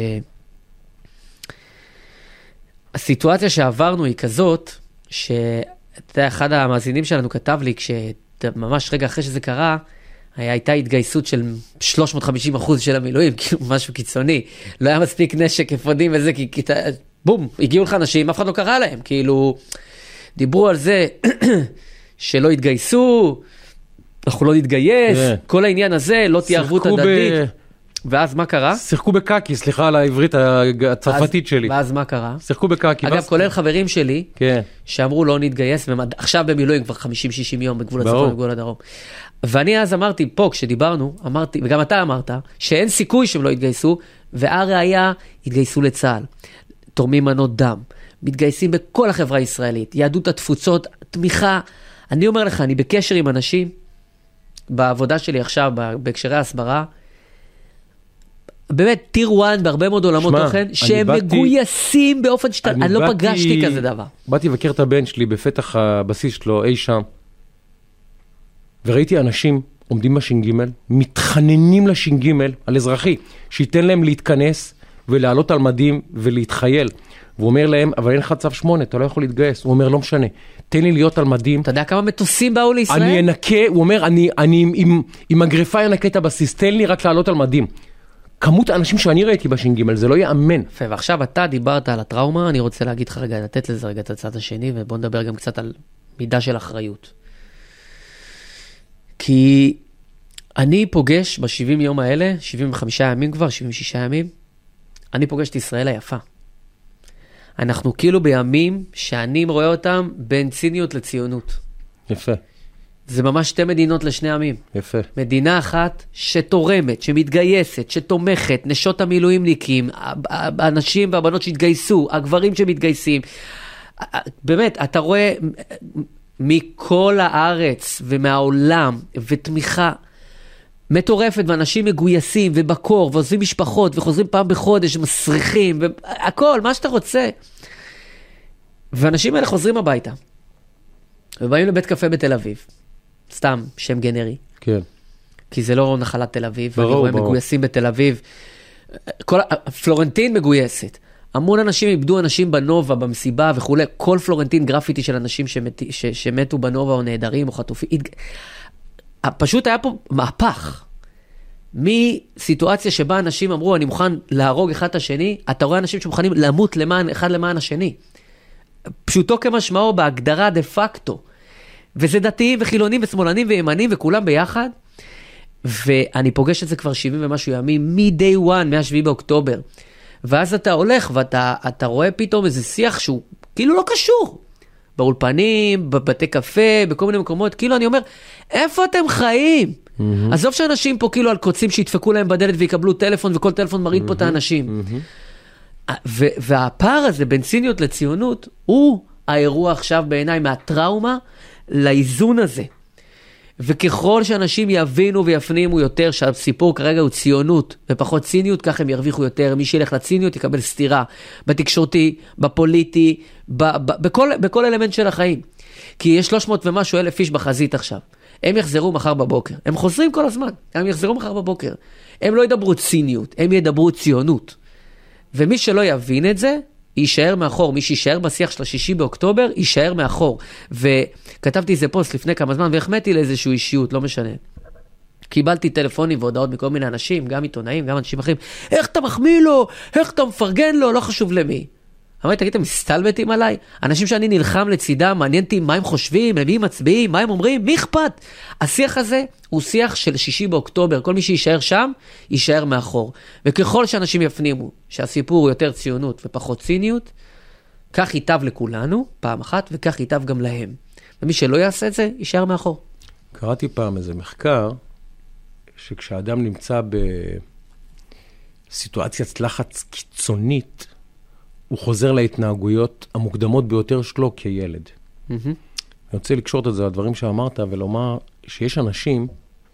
שהסיטואציה שעברנו היא כזאת, שאתה אחד המאזינים שלנו כתב לי, כשממש רגע אחרי שזה קרה, הייתה התגייסות של שלוש מאות וחמישים אחוז של המילואים, כאילו משהו קיצוני. לא היה מספיק נשק, אפודים וזה, כי, כי בום, הגיעו לך אנשים, אף אחד לא קרא להם. כאילו, דיברו על זה שלא התגייסו, אנחנו לא נתגייס, yeah. כל העניין הזה, לא תהיה ערבות הדדית. ב... ואז מה קרה? שיחקו בקקי, סליחה על העברית הצרפתית שלי. ואז מה קרה? שיחקו בקקי. אגב, כולל חברים שלי, כן. שאמרו לא נתגייס, עכשיו במילואים כבר חמישים שישים יום בגבול הצפון ובגבול הדרום. ואני אז אמרתי, פה כשדיברנו, אמרתי, וגם אתה אמרת, שאין סיכוי שהם לא יתגייסו, והראיה התגייסו לצה"ל. תורמים מנות דם, מתגייסים בכל החברה הישראלית, יהדות התפוצות, תמיכה. אני אומר לך, אני בקשר עם אנשים, בעבודה שלי עכשיו, בהקשרי ההסברה, באמת, טיר וואן, בהרבה מאוד עולמות תוכן, שהם באתי, מגויסים באופן שאתה, אני, אני לא באתי, פגשתי כזה דבר. באתי לבקר את הבן שלי בפתח הבסיס שלו, אי שם, וראיתי אנשים עומדים בשינג' מתחננים לשינג' על אזרחי, שייתן להם להתכנס ולעלות על מדים ולהתחייל. והוא אומר להם, אבל אין לך צו שמונה, אתה לא יכול להתגייס. הוא אומר, לא משנה, תן לי להיות על מדים. אתה יודע כמה מטוסים באו לישראל? אני אנקה, הוא אומר, אני, אני עם, עם הגריפה אנקה את הבסיס, תן לי רק לעלות על מדים. כמות האנשים שאני ראיתי בשינג' זה לא יאמן. יפה, ועכשיו אתה דיברת על הטראומה, אני רוצה להגיד לך רגע, לתת לזה רגע את הצד השני, ובוא נדבר גם קצת על מידה של אחריות. כי אני פוגש ב-שבעים יום האלה, שבעים וחמישה ימים כבר, שבעים ושישה ימים, אני פוגש את ישראל היפה. אנחנו כאילו בימים שאני רואה אותם בין ציניות לציונות. יפה. זה ממש שתי מדינות לשני עמים. יפה. מדינה אחת שתורמת, שמתגייסת, שתומכת, נשות המילואימניקים, האנשים והבנות שהתגייסו, הגברים שמתגייסים. באמת, אתה רואה מכל הארץ ומהעולם, ותמיכה מטורפת, ואנשים מגויסים ובקור, ועוזבים משפחות, וחוזרים פעם בחודש, מסריחים, והכל, מה שאתה רוצה. ואנשים האלה חוזרים הביתה, ובאים לבית קפה בתל אביב, סתם שם גנרי. כן. כי זה לא נחלת תל אביב, ברור, אני רואה ברור. מגויסים בתל אביב. כל, פלורנטין מגויסת. המון אנשים איבדו אנשים בנובה, במסיבה וכו'. כל פלורנטין גרפיטי של אנשים שמת, ש, שמתו בנובה או נהדרים או חטופים. פשוט היה פה מהפך. מסיטואציה שבה אנשים אמרו, אני מוכן להרוג אחד את השני, אתה רואה אנשים שמוכנים למות למען, אחד למען השני. פשוטו כמשמעו בהגדרה דה פקטו. וזה דתיים וחילונים ושמאלנים וימנים וכולם ביחד. ואני פוגש את זה כבר שבעים ומשהו ימים, מ-day one, מה-שבעה באוקטובר. ואז אתה הולך ואתה אתה רואה פתאום איזה שיח שהוא כאילו לא קשור. באולפנים, בבתי קפה, בכל מיני מקומות. כאילו אני אומר, איפה אתם חיים? Mm-hmm. עזוב שאנשים פה כאילו על קוצים שידפקו להם בדלת ויקבלו טלפון, וכל טלפון מראים mm-hmm. פה את האנשים. Mm-hmm. ו- והפער הזה בין ציניות לציונות, הוא האירוע עכשיו בעיניי מהטראומה לאיזון הזה. וככל שאנשים יבינו ויפנימו יותר שהסיפור כרגע הוא ציונות ופחות ציניות, כך הם ירוויחו יותר. מי שילך לציניות יקבל סתירה בתקשורתי, בפוליטי, ב- ב- בכל, בכל אלמנט של החיים. כי יש שלוש מאות ומשהו אלף איש בחזית עכשיו. הם יחזרו מחר בבוקר. הם חוזרים כל הזמן. הם יחזרו מחר בבוקר. הם לא ידברו ציניות, הם ידברו ציונות. ומי שלא יבין את זה, יישאר מאחור. מי שישאר בשיח של השישי באוקטובר, יישאר מאחור. וכתבתי איזה פוסט לפני כמה זמן, והחמאתי לאיזשהו אישיות, לא משנה. קיבלתי טלפונים והודעות מכל מיני אנשים, גם עיתונאים, גם אנשים אחרים. איך אתה מחמיא לו? איך אתה מפרגן לו? לא חשוב למי. אמרתי, תגיד, אתם מסתלבטים עליי? אנשים שאני נלחם לצידם, מעניינתי מה הם חושבים, למי הם מצביעים, מה הם אומרים, מי אכפת? השיח הזה הוא שיח של שישי באוקטובר. כל מי שישאר שם, יישאר מאחור. וככל שאנשים יפנימו שהסיפור הוא יותר ציונות ופחות ציניות, כך ייטב לכולנו, פעם אחת, וכך ייטב גם להם. ומי שלא יעשה את זה, יישאר מאחור. קראתי פעם איזה מחקר, שכשאדם נמצא בסיטואציית לחץ קיצונית, הוא חוזר להתנהגויות המוקדמות ביותר שלו כילד. Mm-hmm. אני רוצה לקשור את זה לדברים שאמרת, ולומר שיש אנשים,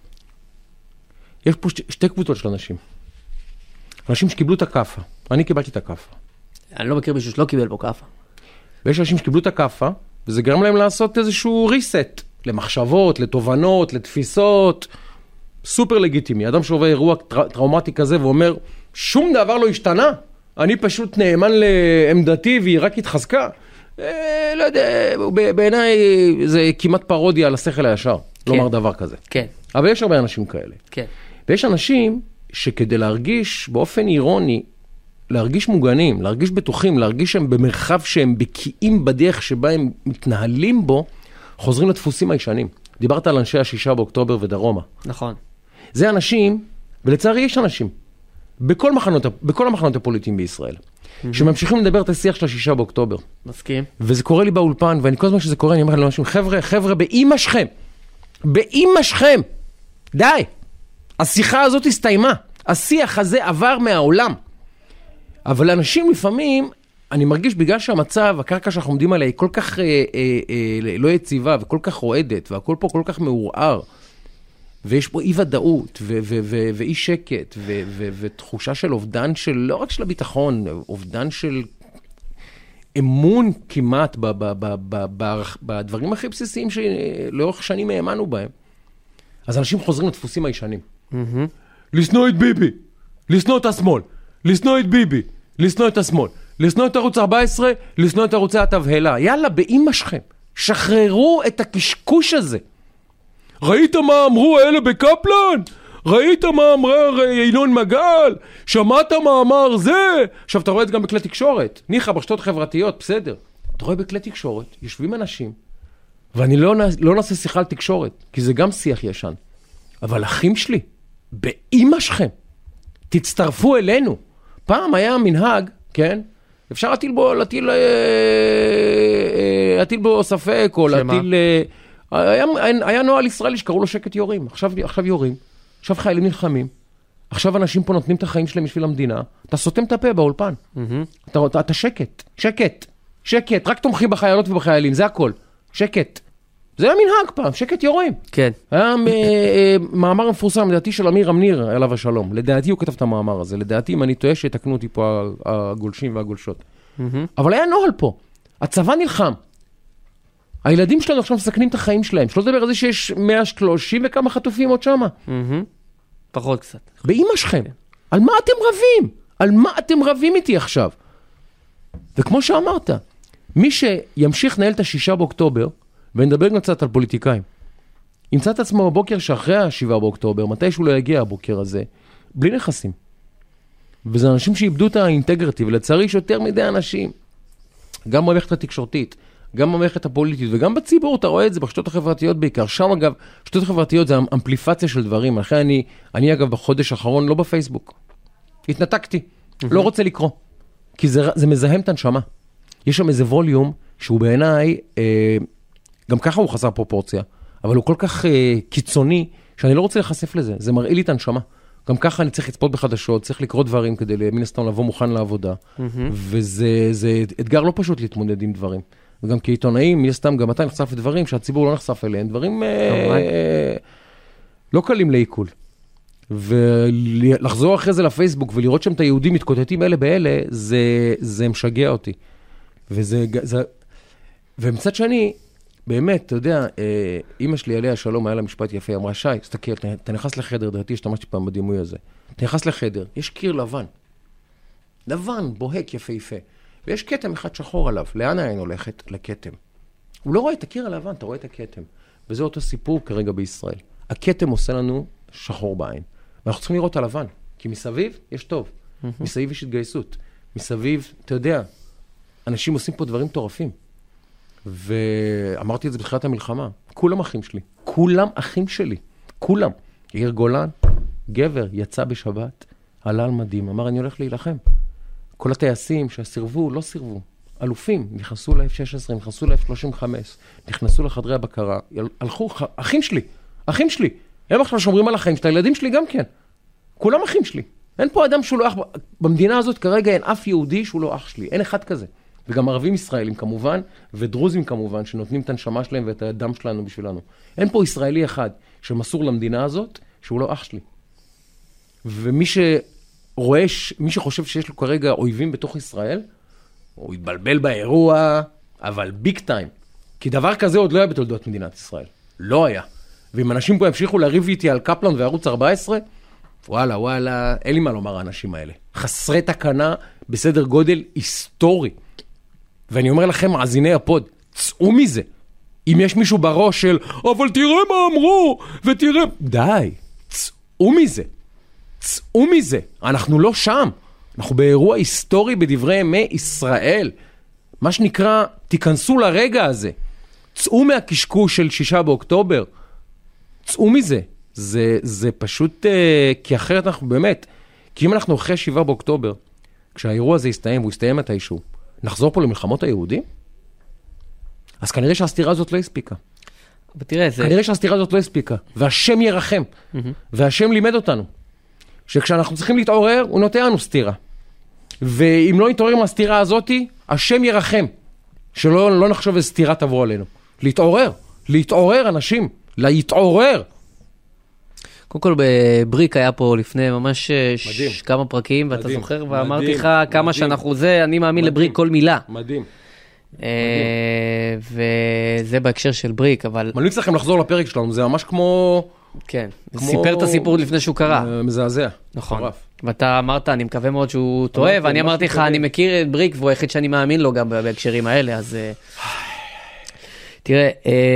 יש פה שתי, שתי קבוצות של אנשים. אנשים שקיבלו את הקפה. אני קיבלתי את הקפה. אני לא מכיר מישהו שלא קיבל פה קפה. ויש אנשים שקיבלו את הקפה, וזה גרם להם לעשות איזשהו ריסט, למחשבות, לתובנות, לתפיסות, סופר לגיטימי. אדם שעובר אירוע טר, טראומטי כזה ואומר, שום דבר לא השתנה. אני פשוט נאמן לעמדתי והיא רק התחזקה. אה, לא יודע, בעיניי זה כמעט פרודיה על השכל הישר, כן. לומר דבר כזה. כן. אבל יש הרבה אנשים כאלה. כן. ויש אנשים שכדי להרגיש באופן אירוני, להרגיש מוגנים, להרגיש בטוחים, להרגיש שהם במרחב שהם בקיאים בדרך שבה הם מתנהלים בו, חוזרים לדפוסים הישנים. דיברת על אנשי השישה באוקטובר ודרומה. נכון. זה אנשים, ולצערי יש אנשים, בכל, מחנות, בכל המחנות הפוליטיים בישראל, mm-hmm. שממשיכים לדבר את השיח של השישה באוקטובר. מסכים. וזה קורה לי באולפן, ואני כל הזמן שזה קורה, אני אומר לאנשים, חבר'ה, חבר'ה, באמא שלכם, באמא שלכם, די. השיחה הזאת הסתיימה. השיח הזה עבר מהעולם. אבל אנשים לפעמים, אני מרגיש בגלל שהמצב, הקרקע שאנחנו עומדים עליה, היא כל כך אה, אה, אה, לא יציבה, וכל כך רועדת, והכל פה כל כך מעורער, ויש פה אי ודאות, ו- ו- ו- ואי שקט, ו- ו- ותחושה של אובדן של, לא רק של הביטחון, אובדן של אמון כמעט ב- ב- ב- ב- ב- בדברים הכי בסיסיים שלאורך שנים האמנו בהם. אז אנשים חוזרים לדפוסים הישנים. לשנוא את ביבי, לשנוא את השמאל, לשנוא את ביבי, לשנוא את השמאל, לשנוא את ערוץ ארבע עשרה, לשנוא את ערוצי התבהלה. יאללה, באמא שלכם, שחררו את הקשקוש הזה. ראית מה אמרו האלה בקפלן? ראית מה אמר ינון מגל? שמעת מה אמר זה? עכשיו, אתה רואה את זה גם בכלי תקשורת. ניחא, ברשתות חברתיות, בסדר. אתה רואה בכלי תקשורת, יושבים אנשים, ואני לא, לא נעשה שיחה על תקשורת, כי זה גם שיח ישן. אבל אחים שלי, באמא שלכם, תצטרפו אלינו. פעם היה מנהג, כן? אפשר להטיל בו, להטיל, להטיל בו ספק, או שמה? להטיל... היה, היה נועל ישראלי שקראו לו שקט יורים. עכשיו, עכשיו יורים. עכשיו חיילים נלחמים. עכשיו אנשים פה נותנים את החיים שלהם בשביל המדינה. אתה סותם את הפה באולפן. Mm-hmm. אתה, אתה שקט, שקט, שקט. רק תומכים בחיילות ובחיילים, זה הכל. שקט. זה היה מנהג פעם, שקט יורים. כן. היה מאמר מפורסם, לדעתי של אמיר אמניר, עליו השלום. לדעתי הוא כתב את המאמר הזה. לדעתי, אם אני טועה, שיתקנו אותי פה הגולשים והגולשות. אבל היה נוהל פה. הצבא נלחם. הילדים שלנו עכשיו מסכנים את החיים שלהם. שלא לדבר על זה שיש מאה ושלושים וכמה חטופים עוד שמה. פחות קצת. באמא שלכם. על מה אתם רבים? על מה אתם רבים איתי עכשיו? וכמו שאמרת, מי שימשיך לנהל את השישה באוקטובר, ונדבר גם קצת על פוליטיקאים, ימצא את עצמו בבוקר שאחרי השבעה באוקטובר, מתי שהוא לא יגיע הבוקר הזה, בלי נכסים. וזה אנשים שאיבדו את האינטגריטי, ולצערי יש יותר מדי אנשים, גם במערכת התקשורתית, גם במערכת הפוליטית, וגם בציבור, אתה רואה את זה ברשתות החברתיות בעיקר. שם אגב, רשתות החברתיות זה אמפליפציה של דברים. לכן אני, אני אגב בחודש האחרון לא בפייסבוק. התנתקתי, לא רוצה לקרוא. כי זה, זה מזהם את הנשמה. יש שם איזה ווליום שהוא בעיניי, אה, גם ככה הוא חסר פרופורציה, אבל הוא כל כך אה, קיצוני, שאני לא רוצה לחשף לזה. זה מראה לי את הנשמה. גם ככה אני צריך לצפות בחדשות, צריך לקרוא דברים כדי מן הסתם לבוא מוכן לעבודה. וזה זה אתגר לא פשוט להתמודד עם דברים. וגם כעיתונאים, יש סתם, גם אתה נחשף לדברים שהציבור לא נחשף אליהם, דברים אה, לא קלים לעיכול. ולחזור אחרי זה לפייסבוק ולראות שם את היהודים מתקוטטים אלה באלה, זה, זה משגע אותי. וזה, זה, ומצד שני, באמת, אתה יודע, אמא שלי עליה השלום, היה לה משפט יפה, אמרה, שי, תסתכל, אתה נכנס לחדר, דעתי, השתמשתי פעם בדימוי הזה. אתה נכנס לחדר, יש קיר לבן. לבן, בוהק, יפה יפה. ויש כתם אחד שחור עליו. לאן העין הולכת? לכתם. הוא לא רואה את הקיר הלבן, אתה רואה את הכתם. וזה אותו סיפור כרגע בישראל. הכתם עושה לנו שחור בעין. ואנחנו צריכים לראות הלבן. כי מסביב יש טוב. מסביב יש התגייסות. מסביב, אתה יודע, אנשים עושים פה דברים טורפים. ואמרתי את זה בתחילת המלחמה. כולם אחים שלי. כולם אחים שלי. כולם. יאיר גולן, גבר, יצא בשבת, עלה על מדים, אמר, אני הולך להילחם. כל הטייסים שסירבו, לא סירבו. אלופים, נכנסו ל-אף שש עשרה, נכנסו ל-אף שלושים וחמש, נכנסו לחדרי הבקרה, הלכו, אחים שלי, אחים שלי. הם עכשיו שומרים על החיים של הילדים שלי גם כן. כולם אחים שלי. אין פה אדם שהוא לא אח, במדינה הזאת כרגע אין אף יהודי שהוא לא אח שלי. אין אחד כזה. וגם ערבים ישראלים כמובן, ודרוזים כמובן, שנותנים את הנשמה שלהם ואת הדם שלנו בשבילנו. אין פה ישראלי אחד שמסור למדינה הזאת, שהוא לא אח שלי. ומי שרואה, מי שחושב שיש לו כרגע אויבים בתוך ישראל, הוא יתבלבל באירוע, אבל ביג טיים. כי דבר כזה עוד לא היה בתולדות מדינת ישראל. לא היה. ואם אנשים פה ימשיכו להריב איתי על קפלן וערוץ ארבע עשרה, וואלה, וואלה, אין לי מה לומר האנשים האלה. חסרי תקנה בסדר גודל היסטורי. ואני אומר לכם, מאזיני הפוד, צאו מזה. אם יש מישהו בראש של, אבל תראה מה אמרו, ותראה... די, צאו מזה. צאו מזה. אנחנו לא שם. אנחנו באירוע היסטורי בדברי ימי ישראל. מה שנקרא, תיכנסו לרגע הזה. צאו מהקשקוש של שישה באוקטובר. צאו מזה. זה, זה פשוט, אה, כי אחרת אנחנו באמת, כי אם אנחנו אחרי שבעה באוקטובר, כשהאירוע הזה יסתיים, והוא יסתיים מתישהו, נחזור פה למלחמות היהודים? אז כנראה שהסתירה הזאת לא הספיקה. אבל תראה, זה... כנראה שהסתירה הזאת לא הספיקה. והשם ירחם. Mm-hmm. והשם לימד אותנו. שכשאנחנו צריכים להתעורר, הוא נותן לנו סתירה. ואם לא נתעורר מהסתירה הזאת, השם ירחם. שלא לא נחשוב איזו סתירה תבוא עלינו. להתעורר. להתעורר, אנשים. להתעורר. קודם כל בבריק היה פה לפני ממש ש... כמה פרקים, ואתה מדהים, זוכר, ואמרתי מדהים, לך כמה מדהים, שאנחנו זה, אני מאמין מדהים, לבריק כל מילה. מדהים. אה, וזה בהקשר של בריק, אבל... ממליץ לכם לחזור לפרק שלנו, זה ממש כמו... כן, כמו... סיפר את הסיפור לפני שהוא קרא. מזעזע. נכון. חרף. ואתה אמרת, אני מקווה מאוד שהוא טועה, ואני אמרתי לך, אני מכיר את בריק, והוא היחיד שאני מאמין לו גם בהקשרים האלה, אז... תראה,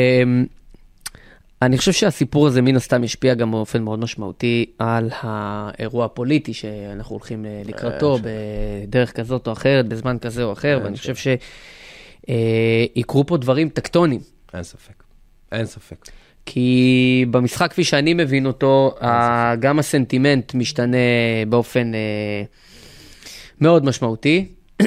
אני חושב שהסיפור הזה מן הסתם השפיע גם באופן מאוד משמעותי על האירוע הפוליטי שאנחנו הולכים לקראתו בדרך כזאת או אחרת, בזמן כזה או אחר, ואני חושב שיקרו פה דברים טקטונים. אין ספק, אין ספק. כי במשחק כפי שאני מבין אותו, גם הסנטימנט משתנה באופן מאוד משמעותי,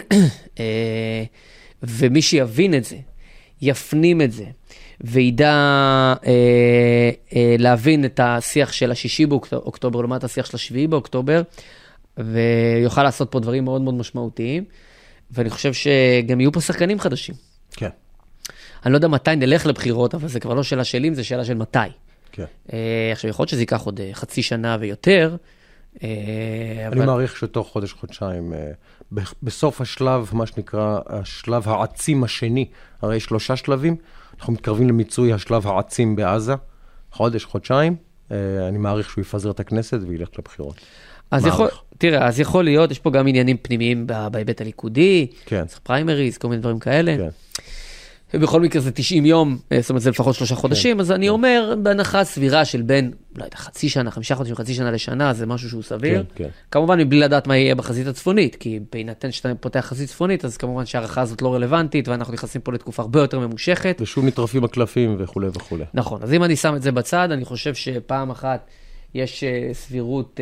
ומי שיבין את זה, יפנים את זה, וידע אה, אה, להבין את השיח של השישי באוקטובר, לעומת השיח של השביעי באוקטובר, ויוכל לעשות פה דברים מאוד מאוד משמעותיים, ואני חושב שגם יהיו פה שחקנים חדשים. כן. אני לא יודע מתי נלך לבחירות, אבל זה כבר לא שאלה שלי, זה שאלה של מתי. כן. עכשיו, יכול להיות שזה ייקח עוד חצי שנה ויותר. אני מעריך שתוך חודש, חודשיים, בסוף השלב, מה שנקרא, השלב העצים השני, הרי שלושה שלבים, אנחנו מתקרבים למיצוי השלב העצים בעזה, חודש, חודשיים, אני מעריך שהוא יפזר את הכנסת וילך לבחירות. אז יכול, תראה, אז יכול להיות, יש פה גם עניינים פנימיים בהיבט הליכודי, כן. פריימריז, כל מיני דברים כאלה. כן. ובכל מקרה זה תשעים יום, זאת אומרת זה לפחות שלושה חודשים, אז אני אומר, בהנחה סבירה של בין, לא יודע, חצי שנה, חמישה חודשים, חצי שנה לשנה, זה משהו שהוא סביר. כמובן, מבלי לדעת מה יהיה בחזית הצפונית, כי בהינתן שאתה פותח חזית צפונית, אז כמובן שהערכה הזאת לא רלוונטית, ואנחנו נכנסים פה לתקופה הרבה יותר ממושכת. ושוב נטרפים הקלפים וכו' וכו'. נכון, אז אם אני שם את זה בצד, אני חושב שפעם אחת יש סבירות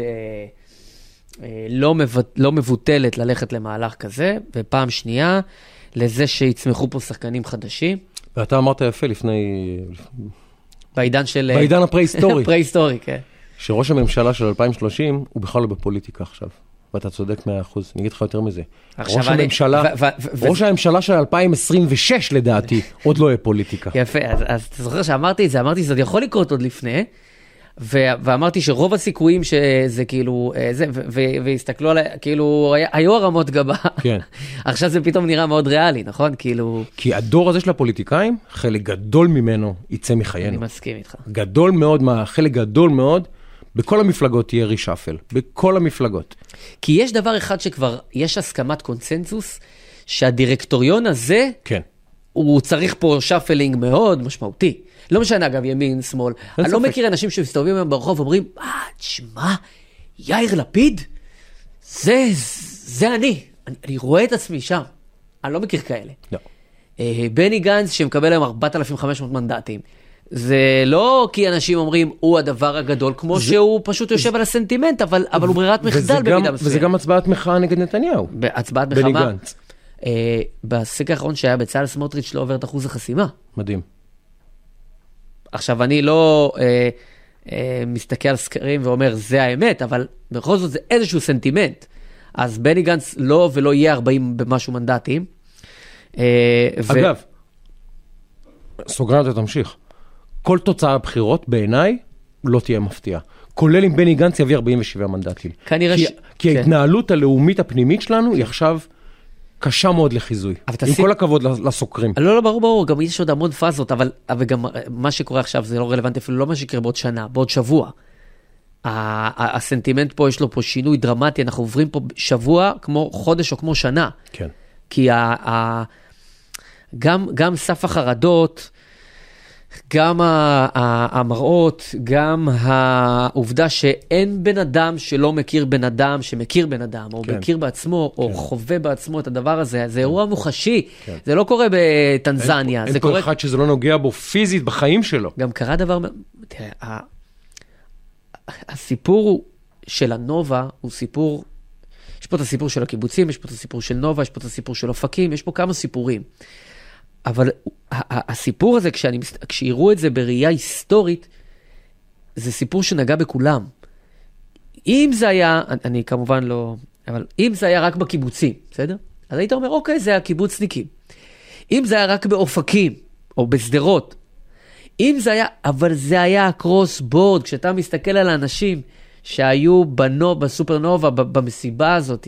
לא מבוטלת ללכת למהלך כזה, ופעם שנייה, לזה שיצמחו פה שחקנים חדשים. ואתה אמרת יפה לפני... בעידן של... בעידן הפרה-היסטורי. פרה-היסטורי, כן. שראש הממשלה של אלפיים ושלושים הוא בכלל לא בפוליטיקה עכשיו. ואתה צודק מאה אחוז. אני אגיד לך יותר מזה. ראש הממשלה... ראש הממשלה של אלפיים עשרים ושש לדעתי, עוד לא יהיה פוליטיקה. יפה, אז אתה זוכר שאמרתי את זה, אמרתי שזה יכול לקרות עוד לפני, ואמרתי שרוב הסיכויים שזה כאילו, והסתכלו עליי, כאילו, היו הרמות גבה. כן. עכשיו זה פתאום נראה מאוד ריאלי, נכון? כאילו... כי הדור הזה של הפוליטיקאים, חלק גדול ממנו יצא מחיינו. אני מסכים איתך. גדול מאוד, חלק גדול מאוד, בכל המפלגות תהיה רישאפל. בכל המפלגות. כי יש דבר אחד שכבר, יש הסכמת קונסנזוס, שהדירקטוריון הזה, כן. הוא צריך פה שפלינג מאוד משמעותי. לא משנה, אגב, ימין, שמאל. אני לא מכיר אנשים שמסתובבים היום ברחוב ואומרים, אה, תשמע, יאיר לפיד, זה, זה אני. אני, אני רואה את עצמי שם. אני לא מכיר כאלה. לא. בני גנץ, שמקבל היום ארבעת אלפים וחמש מאות מנדטים, זה לא כי אנשים אומרים, הוא הדבר הגדול, כמו זה, שהוא פשוט יושב זה, על הסנטימנט, אבל, אבל הוא ברירת מחדל במידה מסוים. וזה גם הצבעת מחאה נגד נתניהו. בהצבעת מחאה. בני גנץ. בסקר האחרון שהיה בצלאל סמוטריץ' לא עובר את אחוז החסימה. מדהים. עכשיו, אני לא אה, אה, מסתכל על סקרים ואומר, זה האמת, אבל בכל זאת זה איזשהו סנטימנט. אז בני גנץ לא ולא יהיה ארבעים במשהו מנדטים. אה, אגב, ו... סוגרן אתה תמשיך. כל תוצאה הבחירות בעיניי לא תהיה מפתיעה. כולל אם בני גנץ יביא ארבעים ושבעה מנדטים. כנראה כי, ש... כי כן. ההתנהלות הלאומית הפנימית שלנו היא עכשיו... קשה מאוד לחיזוי. עם תסיק... כל הכבוד לסוקרים. לא, לא, ברור, ברור. גם יש עוד המון פאזות, אבל, אבל גם מה שקורה עכשיו זה לא רלוונטי, אפילו לא מה שקרה בעוד שנה, בעוד שבוע. הסנטימנט פה, יש לו פה שינוי דרמטי, אנחנו עוברים פה שבוע כמו חודש או כמו שנה. כן. כי ה, ה, גם, גם סף החרדות, גם המראות, גם העובדה שאין בן אדם שלא מכיר בן אדם, שמכיר בן אדם, או כן. מכיר בעצמו, או כן. חווה בעצמו את הדבר הזה, זה אירוע מוחשי. כן. זה לא קורה בטנזניה. אין, זה אין קורה... פה אחד שזה לא נוגע בו פיזית בחיים שלו. גם קרה דבר... תראה, הסיפור של הנובה הוא סיפור... יש פה את הסיפור של הקיבוצים, יש פה את הסיפור של נובה, יש פה את הסיפור של אופקים, יש פה כמה סיפורים. אבל הסיפור הזה, כשאני, כשיראו את זה בראייה היסטורית, זה סיפור שנגע בכולם. אם זה היה, אני כמובן לא, אבל אם זה היה רק בקיבוצים, בסדר? אז היית אומר, אוקיי, זה הקיבוצניקים. אם זה היה רק באופקים, או בסדרות, אם זה היה, אבל זה היה הקרוס בורד, כשאתה מסתכל על האנשים שהיו בנו, בסופרנובה, במסיבה הזאת,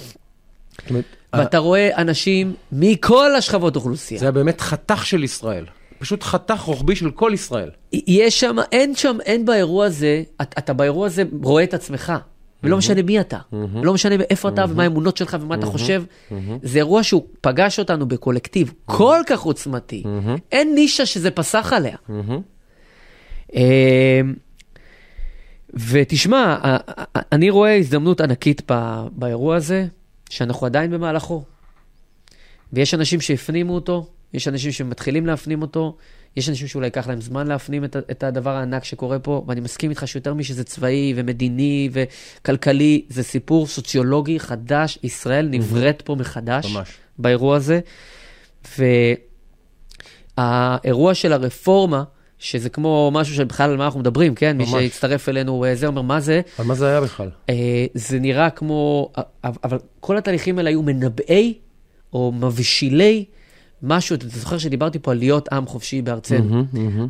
ואתה רואה אנשים מכל השכבות אוכלוסייה. זה היה באמת חתך של ישראל. פשוט חתך רוחבי של כל ישראל. יש שם, אין שם, אין באירוע הזה, אתה באירוע הזה רואה את עצמך. ולא משנה מי אתה. לא משנה איפה אתה ומה האמונות שלך ומה אתה חושב. זה אירוע שהוא פגש אותנו בקולקטיב כל כך עוצמתי. אין נישה שזה פסח עליה. ותשמע, אני רואה הזדמנות ענקית באירוע הזה, שאנחנו עדיין במהלכו. ויש אנשים שהפנימו אותו, יש אנשים שמתחילים להפנים אותו, יש אנשים שאולי ייקח להם זמן להפנים את, את הדבר הענק שקורה פה, ואני מסכים איתך שיותר משזה צבאי ומדיני וכלכלי, זה סיפור סוציולוגי חדש, ישראל נבראת פה מחדש, ממש. באירוע הזה. והאירוע של הרפורמה, שזה כמו משהו שבכלל על מה אנחנו מדברים, כן? ממש. מי שהצטרף אלינו, זה אומר, מה זה? על מה זה היה בכלל? זה נראה כמו, אבל כל התהליכים האלה היו מנבאי, או מבשילי, משהו, אתה זוכר שדיברתי פה על להיות עם חופשי בארצנו.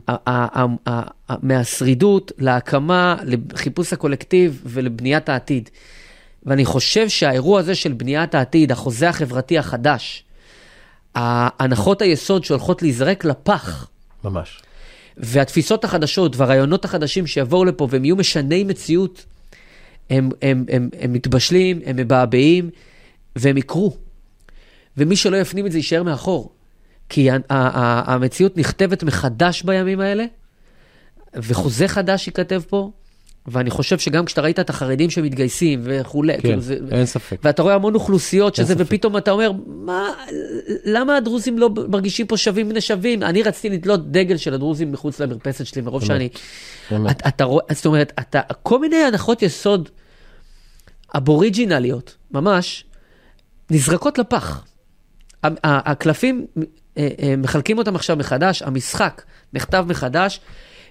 מהשרידות להקמה, לחיפוש הקולקטיב ולבניית העתיד. ואני חושב שהאירוע הזה של בניית העתיד, החוזה החברתי החדש, ההנחות היסוד שהולכות להיזרק לפח. ממש. והתפיסות החדשות והרעיונות החדשים שיבואו לפה והם יהיו משני מציאות, הם, הם, הם, הם מתבשלים, הם מבעבעים, והם יקרו. ומי שלא יפנים את זה יישאר מאחור. כי המציאות נכתבת מחדש בימים האלה, וחוזה חדש ייכתב פה, ואני חושב שגם כשאתה ראית את החרדים שמתגייסים וכו', כן, כאילו זה, אין ספק. ואתה רואה המון אוכלוסיות שזה, ופתאום אתה אומר, מה, למה הדרוזים לא מרגישים פה שווים בני שווים? אני רציתי לתלות דגל של הדרוזים מחוץ למרפסת שלי, מרוב שאני, אתה, אתה רואה, זאת אומרת, אתה, כל מיני הנחות יסוד אבוריג'ינליות, ממש, נזרקות לפח. הקלפים, מחלקים אותם עכשיו מחדש, המשחק נכתב מחדש,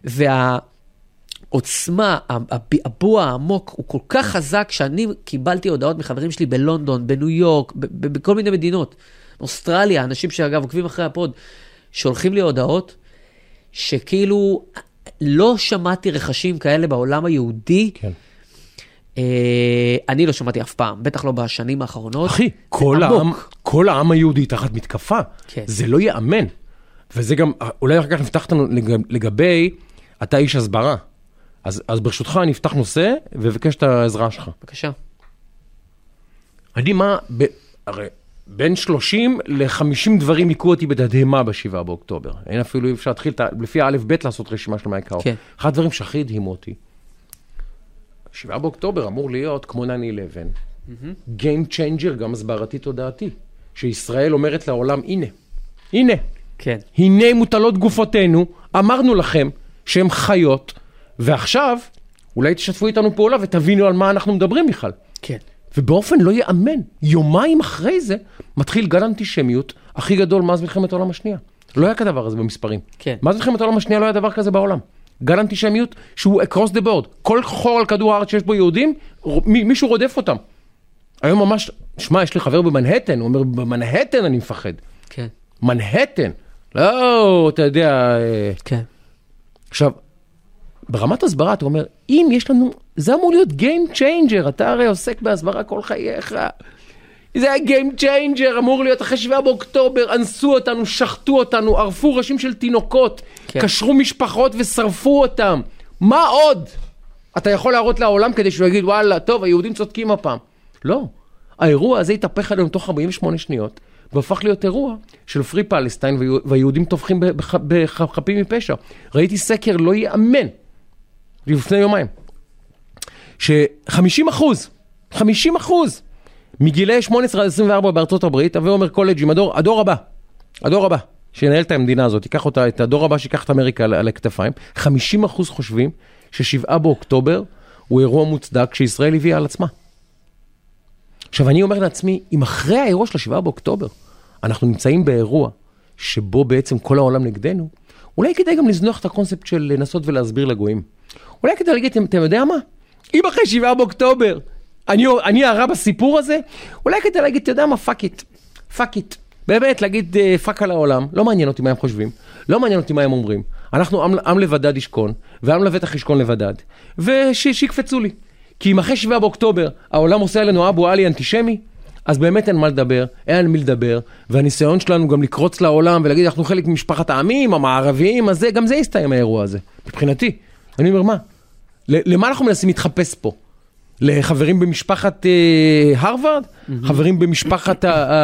והעוצמה, הבוע העמוק, הוא כל כך חזק, שאני קיבלתי הודעות מחברים שלי בלונדון, בניו יורק, בכל מיני מדינות, אוסטרליה, אנשים שאגב עוקבים אחרי הפוד, שולחים לי הודעות, שכאילו לא שמעתי רכשים כאלה בעולם היהודי, כן. אני לא שמעתי אף פעם, בטח לא בשנים האחרונות. אחי, כל העם, כל העם היהודי תחת מתקפה, זה לא יאמן. וזה גם, אולי אחר כך נפתח לגבי, אתה איש הסברה. אז, אז ברשותך אני אפתח נושא, ובקש את העזרה שלך. בבקשה. אני מה, ב, הרי, בין שלושים ל-חמישים דברים עיקו אותי בתדהמה בשבעה באוקטובר. אין אפילו אפשר להתחיל, לפי א' ב' לעשות רשימה של מה יקרה. כן. אחד הדברים שהכי הדהימו אותי, שבעה באוקטובר אמור להיות כמו נאין אלבן, Game Changer, גם הסברתי תודעתי, שישראל אומרת לעולם, הנה, הנה, כן. הנה מוטלות גופותינו, אמרנו לכם שהן חיות, ועכשיו אולי תשתפו איתנו פעולה ותבינו על מה אנחנו מדברים בכלל. כן. ובאופן לא יאמן, יומיים אחרי זה, מתחיל גל אנטישמיות הכי גדול מאז מלחמת העולם השנייה. לא היה כדבר הזה במספרים. כן. מאז מלחמת העולם השנייה לא היה דבר כזה בעולם. גל אנטישמיות שהוא across the board. כל חור על כדור הארץ שיש בו יהודים, מישהו רודף אותם. היום ממש, שמע, יש לי חבר במנהטן, הוא אומר, במנהטן אני מפחד. כן. מנהטן. לא, אתה יודע... כן. עכשיו, ברמת הסברה, אתה אומר, אם יש לנו, זה אמור להיות game changer, אתה הרי עוסק בהסברה כל חייך. זה היה game changer, אמור להיות אחרי שבעה באוקטובר, אנסו אותנו, שחטו אותנו, ערפו ראשים של תינוקות, כן. קשרו משפחות ושרפו אותם. מה עוד? אתה יכול להראות לעולם כדי שהוא יגיד, וואלה, טוב, היהודים צודקים הפעם. לא. האירוע הזה התהפך עלינו תוך ארבעים ושמונה שניות, והפך להיות אירוע של פרי פלסטיין, והיהודים טובחים בחפים מפשע. ראיתי סקר לא יאמן, לפני יומיים, ש-חמישים אחוז, חמישים אחוז, מגילי שמונה עשרה עד עשרים וארבע בארצות הברית, הווי אומר קולג'ים, הדור, הדור הבא, הדור הבא, שינהל את המדינה הזאת, ייקח אותה, את הדור הבא שיקח את אמריקה על, על הכתפיים, חמישים אחוז חושבים ששבעה באוקטובר הוא אירוע מוצדק שישראל הביאה על עצמה. עכשיו אני אומר לעצמי, אם אחרי האירוע של השבעה באוקטובר, אנחנו נמצאים באירוע שבו בעצם כל העולם נגדנו, אולי כדאי גם לזנוח את הקונספט של לנסות ולהסביר לגויים. אולי כדאי להגיד, אתם יודע מה? אם אחרי שבעה באוקטובר, אני, אני הרע בסיפור הזה, אולי כדאי להגיד, אתה יודע מה? פאק איט. פאק איט. באמת, להגיד פאק על העולם, לא מעניין אותי מה הם חושבים, לא מעניין אותי מה הם אומרים. אנחנו עם, עם לבדד ישכון, ועם לבטח ישכון לבדד, ושיקפצו לי. כי אם אחרי שבעה באוקטובר, העולם עושה עלינו אבו עלי אנטישמי, אז באמת אין מה לדבר, אין על מי לדבר, והניסיון שלנו גם לקרוץ לעולם, ולהגיד, אנחנו חלק ממשפחת העמים, המערביים, אז זה, גם זה יסתיים האירוע הזה, מבחינתי. אני אומר, מה? למה אנחנו מנסים להתחפש פה? לחברים במשפחת הרווארד? חברים במשפחת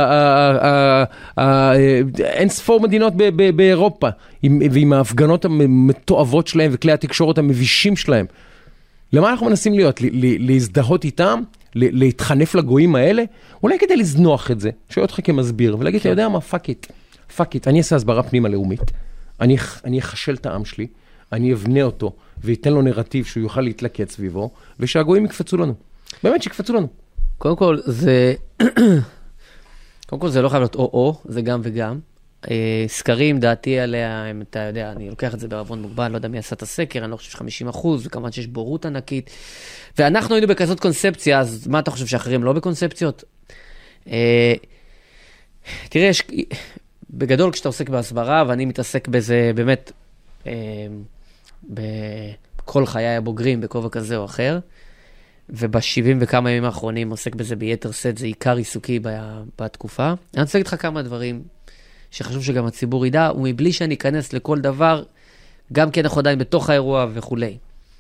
אין ספור מדינות באירופה, ועם ההפגנות המתועבות שלהם, וכלי התקשורת המבישים שלהם. למה אנחנו מנסים להיות? להזדהות איתם? להתחנף לגויים האלה? אולי כדי לזנוח את זה, שואל אותך כמסביר, ולהגיד, אתה יודע מה? פאק איט. פאק איט. אני אעשה הסברה פנימה לאומית. אני אחשל את העם שלי. אני אבנה אותו, ויתן לו נרטיב שהוא יוכל להתלקט סביבו, ושהגויים יקפצו לנו. באמת שיקפצו לנו. קודם כל, זה... קודם כל, זה לא חייב להיות או-או, זה גם וגם. סקרים, דעתי עליה, אם אתה יודע, אני לוקח את זה בערבון מוגבל, לא יודע מי עשה את הסקר, אני לא חושב ש-חמישים אחוז, וכמובן שיש בורות ענקית. ואנחנו היינו בכזאת קונספציה, אז מה אתה חושב שאחרים לא בקונספציות? תראה, יש... בגדול כשאתה עוסק בהסברה, ואני מתעסק בזה באמת אה, בכל חיי הבוגרים, בכובע כזה או אחר, ובשבעים וכמה ימים האחרונים עוסק בזה ביתר סט, זה עיקר עיסוקי בתקופה. אני רוצה להגיד לך כמה דברים שחשוב שגם הציבור ידע, ומבלי שאני אכנס לכל דבר, גם כי אנחנו עדיין בתוך האירוע וכולי.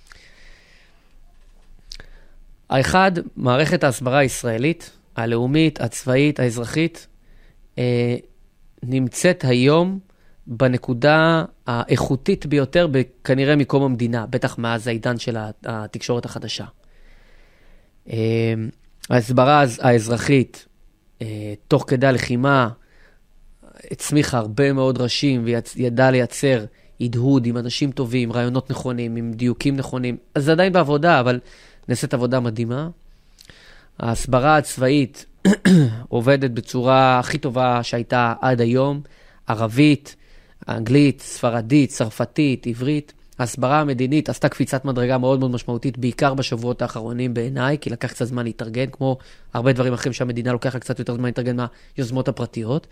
האחד, מערכת ההסברה הישראלית, הלאומית, הצבאית, האזרחית, אה, נמצאת היום בנקודה האיכותית ביותר, כנראה מקום המדינה, בטח מאז העידן של התקשורת החדשה. אה, ההסברה האזרחית, אה, תוך כדי הלחימה, הצמיחה הרבה מאוד ראשים, וידעה לייצר הדהוד עם אנשים טובים, רעיונות נכונים, עם דיוקים נכונים. אז זה עדיין בעבודה, אבל נעשית עבודה מדהימה. ההסברה הצבאית עובדת בצורה הכי טובה שהייתה עד היום. ערבית, אנגלית, ספרדית, צרפתית, עברית. ההסברה המדינית עשתה קפיצת מדרגה מאוד מאוד משמעותית, בעיקר בשבועות האחרונים בעיניי, כי לקח קצת זמן להתארגן, כמו הרבה דברים אחרים שהמדינה לוקח קצת יותר זמן להתארגן מהיוזמות הפרטיות.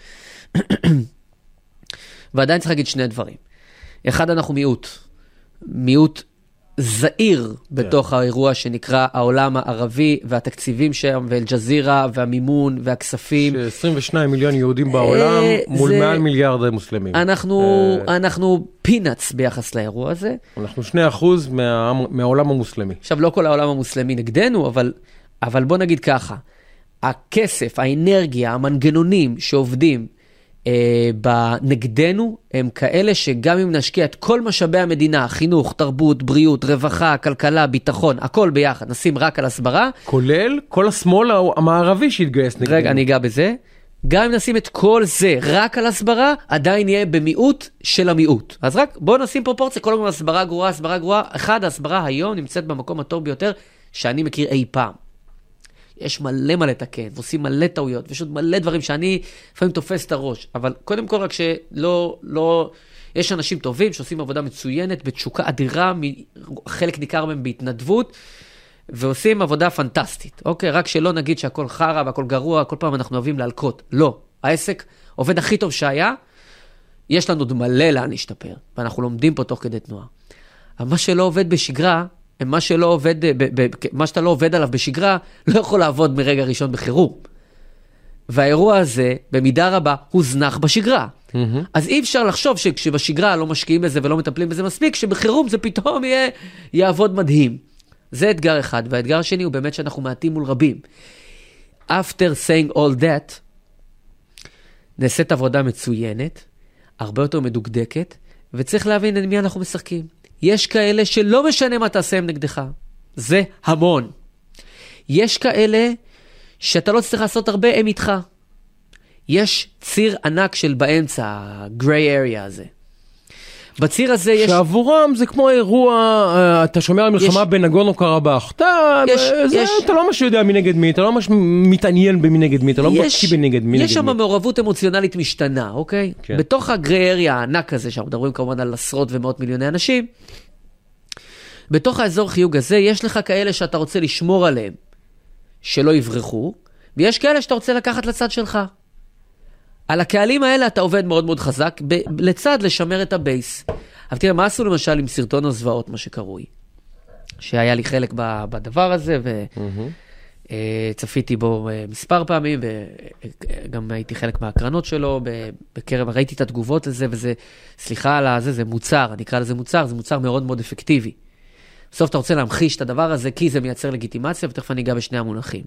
ועדיין צריך להגיד שני דברים. אחד, אנחנו מיעוט. מיעוט זעיר בתוך האירוע שנקרא העולם הערבי, והתקציבים שם, ואל-ג'זירה, והמימון, והכספים. ש-עשרים ושניים מיליון יהודים בעולם, מול מעל מיליארד מוסלמים. אנחנו, אנחנו פינאץ ביחס לאירוע הזה. אנחנו שני אחוז מהעולם המוסלמי. עכשיו, לא כל העולם המוסלמי נגדנו, אבל, אבל בוא נגיד ככה, הכסף, האנרגיה, המנגנונים שעובדים, בנגדנו הם כאלה שגם אם נשקיע את כל משאבי המדינה, חינוך, תרבות, בריאות, רווחה, כלכלה, ביטחון, הכל ביחד, נשים רק על הסברה. כולל כל השמאל המערבי שהתגייס נגדנו. רגע, אני אגע בזה. גם אם נשים את כל זה רק על הסברה, עדיין יהיה במיעוט של המיעוט. אז רק בואו נשים פרופורציה, כל הזמן הסברה גרועה, הסברה גרועה. אחד, הסברה היום נמצאת במקום הטוב ביותר שאני מכיר אי פעם. יש מלא מה לתקן, ועושים מלא טעויות, ויש עוד מלא דברים שאני לפעמים תופס את הראש. אבל קודם כל רק שלא, לא, יש אנשים טובים שעושים עבודה מצוינת, בתשוקה אדירה, חלק ניכר מהם בהתנדבות, ועושים עבודה פנטסטית. אוקיי? רק שלא נגיד שהכל חרה והכל גרוע, כל פעם אנחנו אוהבים להלקות. לא. העסק עובד הכי טוב שהיה, יש לנו עוד מלא לאן להשתפר, ואנחנו לומדים פה תוך כדי תנועה. אבל מה שלא עובד בשגרה, מה שלא עובד, ב- ב- מה שאתה לא עובד עליו בשגרה, לא יכול לעבוד מרגע ראשון בחירום. והאירוע הזה, במידה רבה, הוא זנח בשגרה. Mm-hmm. אז אי אפשר לחשוב שכשבשגרה לא משקיעים בזה ולא מטפלים בזה מספיק, שבחירום זה פתאום יהיה, יעבוד מדהים. זה אתגר אחד. והאתגר השני הוא באמת שאנחנו מעטים מול רבים. After saying all that, נעשית עבודה מצוינת, הרבה יותר מדוקדקת, וצריך להבין את מי אנחנו משחקים. יש כאלה שלא משנה מה תעשה הם נגדך. זה המון. יש כאלה שאתה לא צריך לעשות הרבה, הם איתך. יש ציר ענק של באמצע, ה-gray area הזה. בציר הזה יש... שעבורם זה כמו אירוע, אתה שומע על מלחמה בנגורנו קרבאח. אתה, יש, זה, יש... אתה לא ממש יודע מי נגד מי, אתה לא ממש מתעניין במי נגד מי, אתה לא מבקי בנגד מי נגד מי. יש שם מעורבות אמוציונלית משתנה, אוקיי? כן. בתוך ה-gray area הענק הזה, שאנחנו מדברים כמובן על עשרות ומאות מיליוני אנשים, בתוך האזור חיוג הזה, יש לך כאלה שאתה רוצה לשמור עליהם, שלא יברחו, ויש כאלה שאתה רוצה לקחת לצד שלך. על הקהלים האלה אתה עובד מאוד מאוד חזק, ב- לצד לשמר את הבייס. אבל תראה, מה עשו למשל עם סרטון הזוועות, מה שקרוי? שהיה לי חלק ב- בדבר הזה, וצפיתי בו מספר פעמים, וגם הייתי חלק מהקרנות שלו, בקרב, ראיתי את התגובות לזה, וזה, סליחה על זה, זה מוצר, אני אקרא לזה מוצר, זה מוצר מאוד מאוד אפקטיבי. בסוף אתה רוצה להמחיש את הדבר הזה, כי זה מייצר לגיטימציה, ותכף אני אגע בשני המונחים.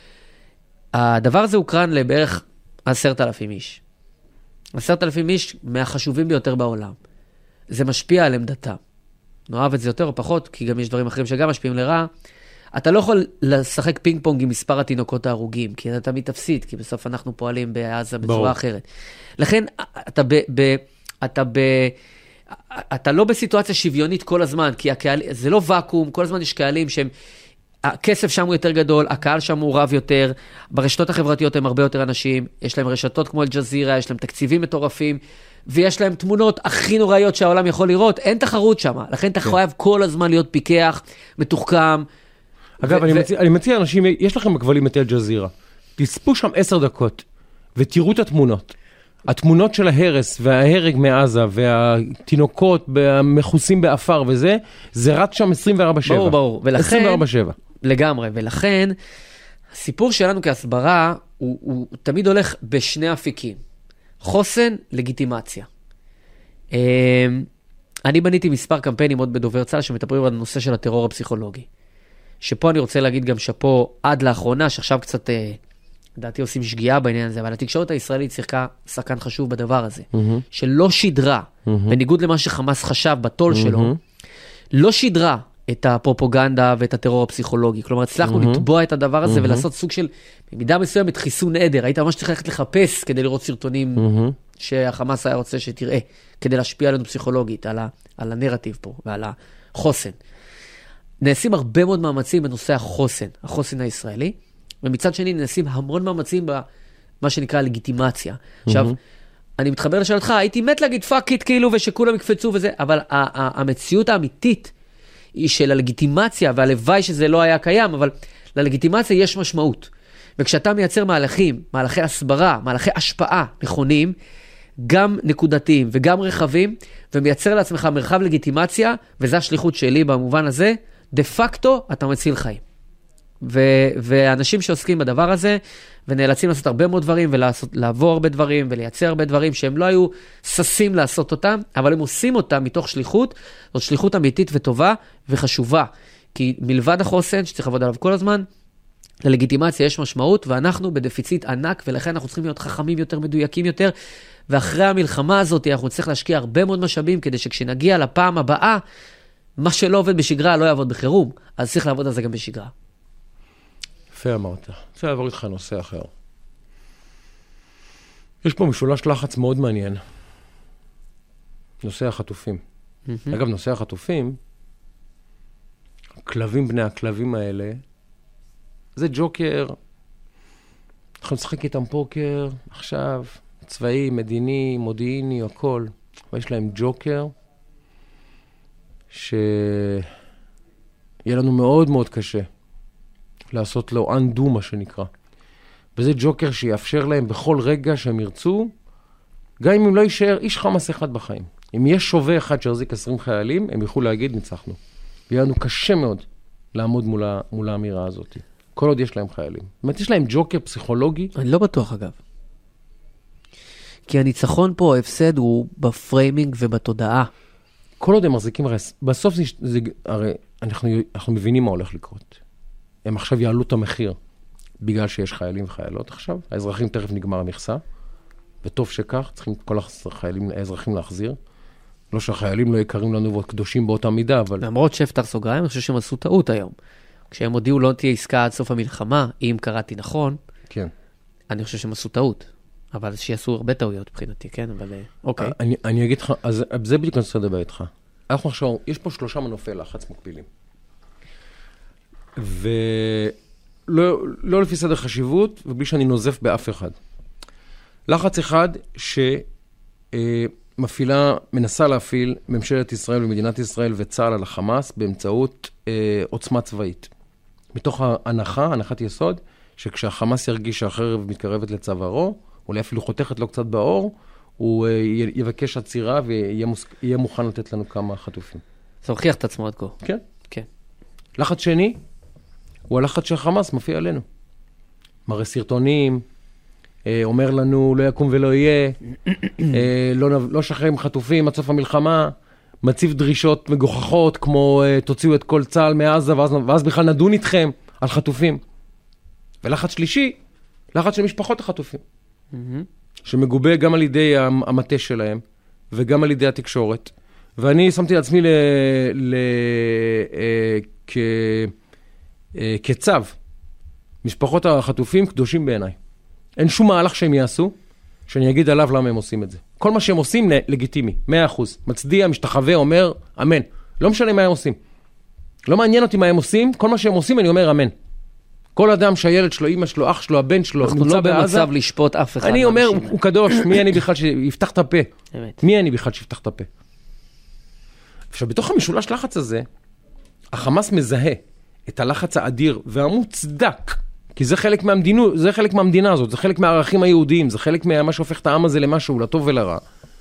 הדבר הזה הוקרן לבערך עשרת אלפים איש. עשרת אלפים איש מהחשובים ביותר בעולם. זה משפיע על עמדתם. נאהב את זה יותר או פחות, כי גם יש דברים אחרים שגם משפיעים לרע. אתה לא יכול לשחק פינג פונג עם מספר התינוקות ההרוגים, כי אתה תמיד תפסיד, כי בסוף אנחנו פועלים בעזה בצורה ברור. אחרת. לכן אתה ב... ב אתה ב... אתה לא בסיטואציה שוויונית כל הזמן, כי הקהל, זה לא וקום, כל הזמן יש קהלים שהם, הכסף שם הוא יותר גדול, הקהל שם הוא רב יותר, ברשתות החברתיות הם הרבה יותר אנשים, יש להם רשתות כמו אל-ג'זירה, יש להם תקציבים מטורפים, ויש להם תמונות הכי נוראיות שהעולם יכול לראות, אין תחרות שם, לכן אתה חייב כל הזמן להיות פיקח, מתוחכם. אגב, ו- אני, ו- מציע, אני מציע אנשים, יש לכם מקבלים את אל-ג'זירה, תספו שם עשר דקות, ותראו את התמונות. התמונות של ההרס וההרג מעזה והתינוקות המכוסים באפר וזה, זה רץ שם עשרים וארבע שבע. ברור, ברור. ולכן, עשרים וארבע שבע. לגמרי, ולכן הסיפור שלנו כהסברה הוא, הוא תמיד הולך בשני אפיקים. חוסן, לגיטימציה. אני בניתי מספר קמפיינים עוד בדובר צה"ל שמטפלים על הנושא של הטרור הפסיכולוגי. שפה אני רוצה להגיד גם שפה עד לאחרונה, שעכשיו קצת, לדעתי עושים שגיאה בעניין הזה, אבל התקשורת הישראלית שיחקה שחקן חשוב בדבר הזה, mm-hmm. שלא שידרה, mm-hmm. בניגוד למה שחמאס חשב בתול mm-hmm. שלו, לא שידרה את הפרופוגנדה ואת הטרור הפסיכולוגי. כלומר, הצלחנו mm-hmm. לתבוע את הדבר הזה mm-hmm. ולעשות סוג של, במידה מסוימת, חיסון עדר. היית ממש צריך ללכת לחפש כדי לראות סרטונים mm-hmm. שהחמאס היה רוצה שתראה, כדי להשפיע עלינו פסיכולוגית, על, ה, על הנרטיב פה ועל החוסן. נעשים הרבה מאוד מאמצים בנושא החוסן, החוסן הישראלי, ומצד שני נעשים המון מאמצים במה שנקרא לגיטימציה. עכשיו, אני מתחבר לשאלתך, הייתי מת להגיד פאק איט כאילו, ושכולם יקפצו וזה, אבל המציאות האמיתית היא של הלגיטימציה, והלוואי שזה לא היה קיים, אבל ללגיטימציה יש משמעות. וכשאתה מייצר מהלכים, מהלכי הסברה, מהלכי השפעה נכונים, גם נקודתיים וגם רחבים, ומייצר לעצמך מרחב לגיטימציה, וזו השליחות שלי במובן הזה, דה פקטו אתה מציל חיים. ו- ואנשים שעוסקים בדבר הזה, ונאלצים לעשות הרבה מאוד דברים, ולעבור הרבה דברים, ולייצר הרבה דברים, שהם לא היו ססים לעשות אותם, אבל הם עושים אותם מתוך שליחות, זאת שליחות אמיתית וטובה וחשובה. כי מלבד החוסן, שצריך לעבוד עליו כל הזמן, ללגיטימציה יש משמעות, ואנחנו בדפיציט ענק, ולכן אנחנו צריכים להיות חכמים יותר, מדויקים יותר, ואחרי המלחמה הזאת, אנחנו צריכים להשקיע הרבה מאוד משאבים, כדי שכשנגיע לפעם הבאה, מה שלא עובד בשגרה לא יעבוד בחירום, אז צריך לעבוד על זה גם בשגרה. יפה אמרת. רוצה לעבור איתך נושא אחר. יש פה משולש לחץ מאוד מעניין. נושא החטופים. Mm-hmm. אגב, נושא החטופים, הכלבים בני הכלבים האלה, זה ג'וקר, אנחנו נשחק איתם פוקר, עכשיו, צבאי, מדיני, מודיעיני, הכל. ויש להם ג'וקר, שיהיה לנו מאוד מאוד קשה לעשות לו undo, מה שנקרא. וזה ג'וקר שיאפשר להם בכל רגע שהם ירצו, גם אם הם לא יישאר איש חמאס אחד בחיים. אם יש שווה אחד שיחזיק עשרים חיילים, הם יוכלו להגיד, ניצחנו. ויהיה לנו קשה מאוד לעמוד מול, מול האמירה הזאת. כל עוד יש להם חיילים. זאת אומרת, יש להם ג'וקר פסיכולוגי. אני לא בטוח, אגב. כי הניצחון פה, ההפסד, הוא בפריימינג ובתודעה. כל עוד הם מחזיקים, הרי בסוף זה, זה, הרי אנחנו, אנחנו מבינים מה הולך לקרות. הם עכשיו יעלו את המחיר, בגלל שיש חיילים וחיילות עכשיו. האזרחים תכף נגמר המכסה, וטוב שכך, צריכים כל החיילים, האזרחים להחזיר. לא שהחיילים לא יקרים לנו וקדושים באותה מידה, אבל... למרות שפתח סוגריים, אני חושב שהם עשו טעות היום. כשהם הודיעו לא תהיה עסקה עד סוף המלחמה, אם קראתי נכון, כן. אני חושב שהם עשו טעות. אבל שיעשו הרבה טעויות מבחינתי, כן? אבל אוקיי. אני, אני אגיד לך, אז זה בדיוק אני רוצה לדבר איתך. אנחנו עכשיו, יש פה שלושה מנופי לחץ מקבילים. ולא לא לפי סדר חשיבות, ובלי שאני נוזף באף אחד. לחץ אחד שמפעילה, מנסה להפעיל ממשלת ישראל ומדינת ישראל וצה"ל על החמאס באמצעות אה, עוצמה צבאית. מתוך ההנחה, הנחת יסוד, שכשהחמאס ירגיש שהחרב מתקרבת לצווארו, אולי אפילו חותכת לו קצת באור, הוא יבקש עצירה ויהיה מוכן לתת לנו כמה חטופים. זה הוכיח את עצמו עד כה. כן. כן. לחץ שני, הוא הלחץ שהחמאס מופיע עלינו. מראה סרטונים, אומר לנו לא יקום ולא יהיה, לא, לא שחררים חטופים עד סוף המלחמה, מציב דרישות מגוחכות כמו תוציאו את כל צה"ל מעזה ואז, ואז בכלל נדון איתכם על חטופים. ולחץ שלישי, לחץ של משפחות החטופים. שמגובה גם על ידי המטה שלהם, וגם על ידי התקשורת. ואני שמתי לעצמי ל... ל... כ... כצו. משפחות החטופים קדושים בעיניי. אין שום מהלך שהם יעשו, שאני אגיד עליו למה הם עושים את זה. כל מה שהם עושים לגיטימי, מאה אחוז. מצדיע, משתחווה, אומר, אמן. לא משנה מה הם עושים. לא מעניין אותי מה הם עושים, כל מה שהם עושים אני אומר אמן. כל אדם שהילד שלו, אמא שלו, אח שלו, הבן שלו, אנחנו לא במצב לשפוט אף אחד. אני אומר, הוא קדוש, מי אני בכלל שיפתח את הפה? מי אני בכלל שיפתח את הפה? עכשיו, בתוך המשולש לחץ הזה, החמאס מזהה את הלחץ האדיר והמוצדק כי זה חלק מהמדינה, זה חלק מהמדינה הזאת, זה חלק מהערכים היהודיים, זה חלק מה שהופך את העם הזה למשהו, לטוב ולרע.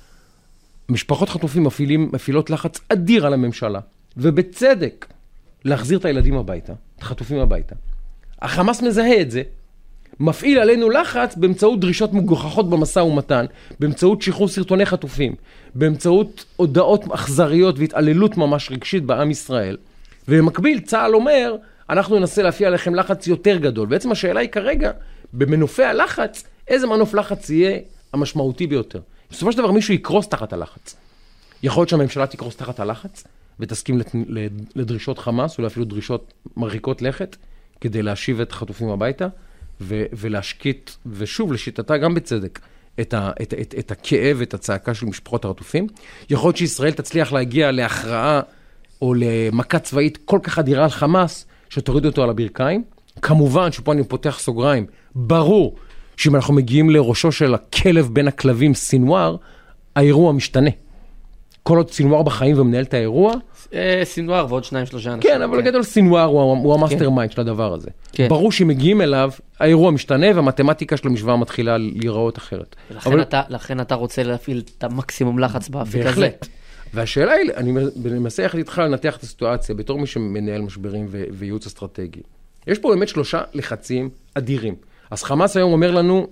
משפחות חטופים מפעילים, מפעילות לחץ אדיר על הממשלה, ובצדק, להחזיר את הילדים הביתה, את החטופים הביתה. החמאס מזהה את זה, מפעיל עלינו לחץ באמצעות דרישות מגוחכות במשא ומתן, באמצעות שחרור סרטוני חטופים, באמצעות הודעות אכזריות והתעללות ממש רגשית בעם ישראל. ובמקביל, צה"ל אומר, אנחנו ננסה להפעיל עליכם לחץ יותר גדול. בעצם השאלה היא כרגע, במנופי הלחץ, איזה מנוף לחץ יהיה המשמעותי ביותר. בסופו של דבר מישהו יקרוס תחת הלחץ. יכול להיות שהממשלה תקרוס תחת הלחץ, ותסכים לדרישות חמאס, אולי אפילו דרישות מרחיקות לכת, כדי להשיב את החטופים הביתה, ו- ולהשקיט, ושוב, לשיטתה גם בצדק, את, ה- את, את, את הכאב, את הצעקה של משפחות החטופים. יכול להיות שישראל תצליח להגיע להכרעה, או למכה צבאית כל כך אדירה על חמאס, שתוריד אותו על הברכיים. כמובן, שפה אני פותח סוגריים, ברור שאם אנחנו מגיעים לראשו של הכלב בין הכלבים, סינואר, האירוע משתנה. כל עוד סינואר בחיים ומנהל את האירוע. סינואר ועוד שניים, שלושה אנשים. כן, אבל גדול סינואר הוא המאסטר מיינד של הדבר הזה. ברור שמגיעים אליו, האירוע משתנה והמתמטיקה של המשוואה מתחילה להיראות אחרת. לכן אתה רוצה להפעיל את המקסימום לחץ באפיק הזה. בהחלט. והשאלה היא, אני מנסה יחד איתך לנתח את הסיטואציה, בתור מי שמנהל משברים וייעוץ אסטרטגי. יש פה באמת שלושה לחצים אדירים. אז חמאס היום אומר לנו,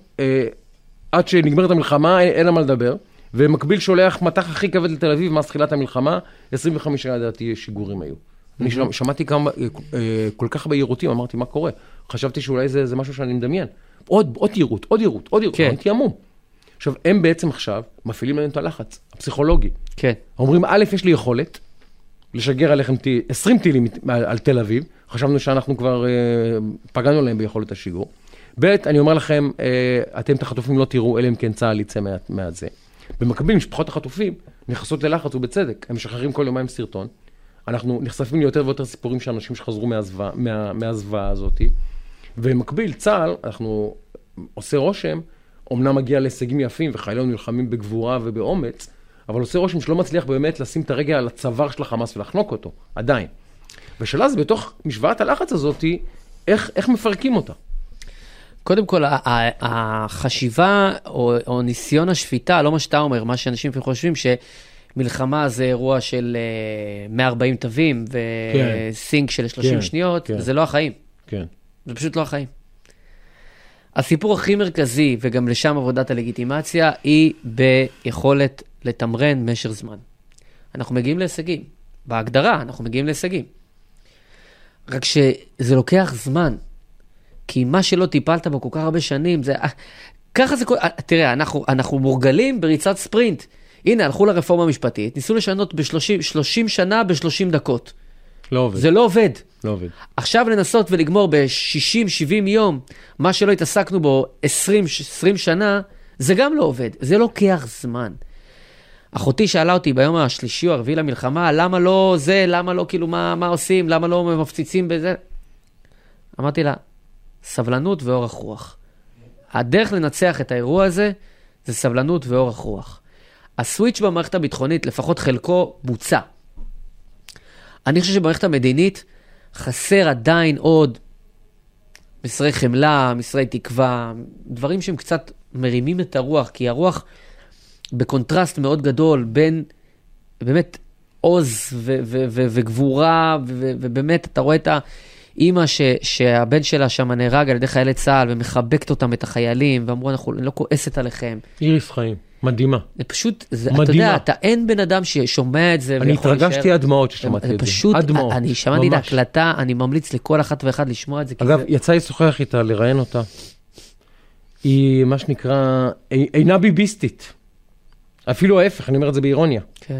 עד שנגמרת המלחמה, אין מה לדבר. ומקביל שולח מתח הכי כבד לתל אביב, מאז תחילת המלחמה, עשרים וחמישה לדעתי שיגורים היו. אני שמעתי כמה, כל כך בהירותים, אמרתי, מה קורה? חשבתי שאולי זה, זה משהו שאני מדמיין. עוד, עוד ירות, עוד ירות, עוד ירות, אני תיאמום. עכשיו, הם בעצם עכשיו מפעילים להם את הלחץ, הפסיכולוגי. כן. אומרים, א', יש לי יכולת, לשגר עליכם עשרים טילים על תל אביב, חשבנו שאנחנו כבר פגענו להם ביכולת השיגור. ב', אני אומר לכם, אתם את החטופים לא תראו, אלא אם כן צה"ל יצא מעט זה. במקביל, משפחות החטופים נכנסות ללחץ ובצדק. הם משחררים כל יומיים סרטון. אנחנו נחשפים ליותר ויותר סיפורים של אנשים שחזרו מהזוועה, מה, מהזוועה הזאת. ובמקביל, צה"ל, אנחנו עושה רושם, אומנם מגיע להישגים יפים וחיילינו נלחמים בגבורה ובאומץ, אבל עושה רושם שלא מצליח באמת לשים את הרגע על הצוואר של החמאס ולחנוק אותו, עדיין. ושאלה זה בתוך משוואת הלחץ הזאת, איך, איך מפרקים אותה? קודם כל, החשיבה או, או ניסיון השפיטה, לא מה שאתה אומר, מה שאנשים חושבים שמלחמה זה אירוע של מאה וארבעים תווים וסינק של שלושים שניות, זה לא החיים. כן. זה פשוט לא החיים. הסיפור הכי מרכזי, וגם לשם עבודת הלגיטימציה, היא ביכולת לתמרן משך זמן. אנחנו מגיעים להישגים. בהגדרה, אנחנו מגיעים להישגים. רק שזה לוקח זמן. כי מה שלא טיפלת בו כל כך הרבה שנים, זה... ככה זה... תראה, אנחנו, אנחנו מורגלים בריצת ספרינט. הנה, הלכו לרפורמה המשפטית, ניסו לשנות ב-שלושים, שלושים שנה ב-שלושים דקות. לא עובד. זה לא עובד. לא עובד. עכשיו לנסות ולגמור ב-שישים שבעים יום, מה שלא התעסקנו בו עשרים שנה, זה גם לא עובד. זה לוקח זמן. אחותי שאלה אותי ביום השלישי או הרביעי למלחמה, למה לא זה, למה לא, כאילו, מה, מה עושים, למה לא מפציצים בזה? אמרתי לה, סבלנות ואורך רוח. הדרך לנצח את האירוע הזה, זה סבלנות ואורך רוח. הסוויץ' במערכת הביטחונית, לפחות חלקו, בוצע. אני חושב שבמערכת המדינית, חסר עדיין עוד מסרי חמלה, מסרי תקווה, דברים שהם קצת מרימים את הרוח, כי הרוח בקונטרסט מאוד גדול בין באמת עוז ו- ו- ו- וגבורה, ו- ובאמת אתה רואה את האמא ש- שהבן שלה שם נהרג על ידי חיילי צה"ל, ומחבקת אותם את החיילים, ואמרו, אנחנו לא כועסת עליכם. איריס חיים, מדהימה. זה פשוט, זה, אתה יודע, אתה אין בן אדם ששומע את זה. אני התרגשתי עד דמעות ששמעתי את זה. פשוט, אני שמעתי את ההקלטה, אני ממליץ לכל אחת ואחד לשמוע את זה. אגב, יצא לשוחח איתה, לראיין אותה. היא, מה שנקרא, אינה ביביסטית. אפילו ההפך, אני אומר את זה באירוניה. כן.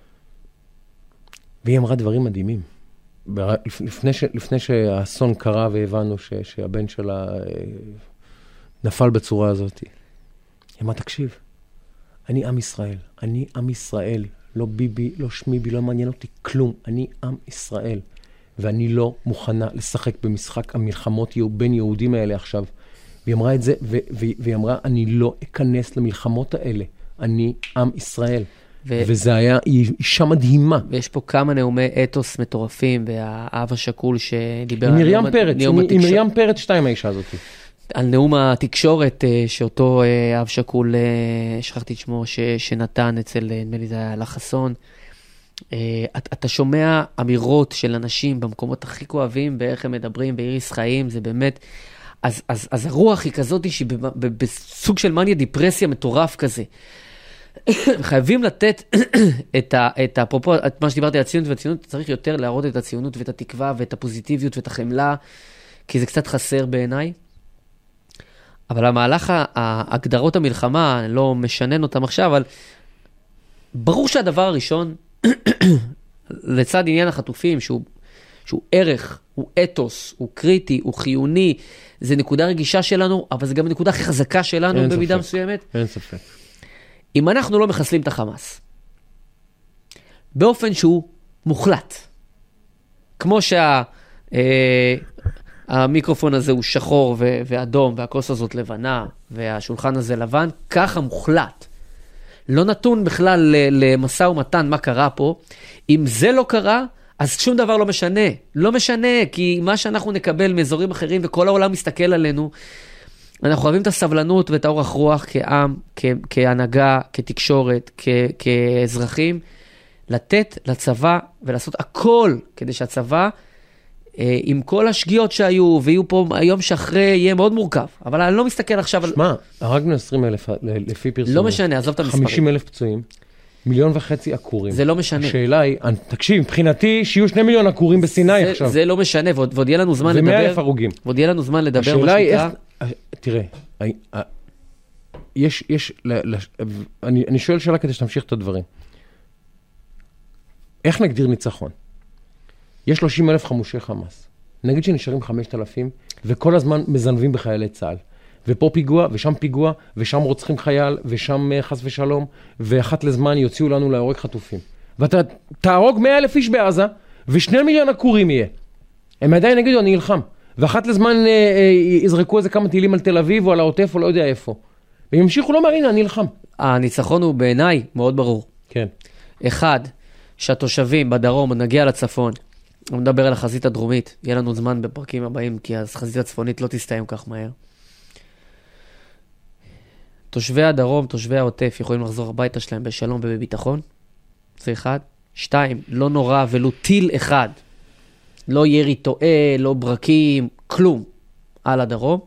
והיא אמרה דברים מדהימים. לפני, ש, לפני שהאסון קרה והבנו ש, שהבן שלה נפל בצורה הזאת. היא אמרה, תקשיב, אני עם ישראל. אני עם ישראל. לא ביבי, לא שמיבי, לא מעניין אותי כלום. אני עם ישראל. ואני לא מוכנה לשחק במשחק המלחמות בין יהודים האלה עכשיו. והיא אמרה את זה, והיא אמרה, אני לא אכנס למלחמות האלה. אני עם ישראל. ו... וזה היה אישה מדהימה. ויש פה כמה נאומי אתוס מטורפים, והאב השכול שדיבר... עם מרים פרץ, עם מרים פרץ שתיים האישה הזאת. על נאום התקשורת שאותו אב שכול, שכחתי את שמו, ש... שנתן אצל, נדמה לי זה היה לחסון. אתה שומע אמירות של אנשים במקומות הכי כואבים, באיך הם מדברים, באיריס חיים, זה באמת... אז, אז, אז הרוח היא כזאת שהיא בסוג של מניה דיפרסיה מטורף כזה. חייבים לתת את, ה, את, הפרופו, את מה שדיברתי על הציונות והציונות, צריך יותר להראות את הציונות ואת התקווה ואת הפוזיטיביות ואת החמלה, כי זה קצת חסר בעיניי. אבל המהלך, ההגדרות המלחמה, אני לא משנן אותם עכשיו, אבל ברור שהדבר הראשון, לצד עניין החטופים, שהוא, שהוא ערך, הוא אתוס, הוא קריטי, הוא חיוני, זה נקודה רגישה שלנו, אבל זה גם נקודה הכי חזקה שלנו במידה מסוימת. אין ספק. אם אנחנו לא מחסלים את החמאס, באופן שהוא מוחלט, כמו שהמיקרופון הזה הוא שחור ו- ואדום, והכוס הזאת לבנה, והשולחן הזה לבן, ככה מוחלט. לא נתון בכלל למסע ומתן מה קרה פה. אם זה לא קרה, אז שום דבר לא משנה. לא משנה, כי מה שאנחנו נקבל מאזורים אחרים, וכל העולם מסתכל עלינו, אנחנו אוהבים את הסבלנות ואת האורך רוח כעם, כ- כהנהגה, כתקשורת, כ- כאזרחים, לתת לצבא ולעשות הכל כדי שהצבא, אה, עם כל השגיאות שהיו, ויהיו פה היום שאחרי יהיה מאוד מורכב. אבל אני לא מסתכל עכשיו על... שמע, הרגנו עשרים אלף לפי פרסומים. לא משנה, עזוב את המספרים. חמישים אלף פצועים, מיליון וחצי עקורים. זה לא משנה. השאלה היא, תקשיב, מבחינתי שיהיו שני מיליון עקורים בסיני זה, עכשיו. זה לא משנה, ועוד, ועוד יהיה לנו זמן לדבר. ומאה אלף הרוגים. ועוד יהיה לנו זמן לדבר. השאלה היא איך... תראה, יש, יש, אני, אני שואל שאלה כדי שתמשיך את הדברים. איך נגדיר ניצחון? יש שלושים אלף חמושי חמאס. נגיד שנשארים חמשת אלפים, וכל הזמן מזנבים בחיילי צה"ל. ופה פיגוע, ושם פיגוע, ושם רוצחים חייל, ושם חס ושלום, ואחת לזמן יוציאו לנו להורג חטופים. ואתה תהרוג מאה אלף איש בעזה, ושני מיליון עקורים יהיה. הם עדיין נגידו, אני אלחם. ואחת לזמן אה, אה, יזרקו איזה כמה טילים על תל אביב, או על העוטף, או לא יודע איפה. והם ימשיכו לומר, הנה, אני אלחם. הניצחון הוא בעיניי מאוד ברור. כן. אחד, שהתושבים בדרום, נגיע לצפון, הוא מדבר על החזית הדרומית, יהיה לנו זמן בפרקים הבאים, כי החזית הצפונית לא תסתיים כך מהר. תושבי הדרום, תושבי העוטף, יכולים לחזור הביתה שלהם בשלום ובביטחון. זה אחד. שתיים, לא נורא ולא טיל אחד. לא ירי טועה, לא ברקים, כלום על הדרום.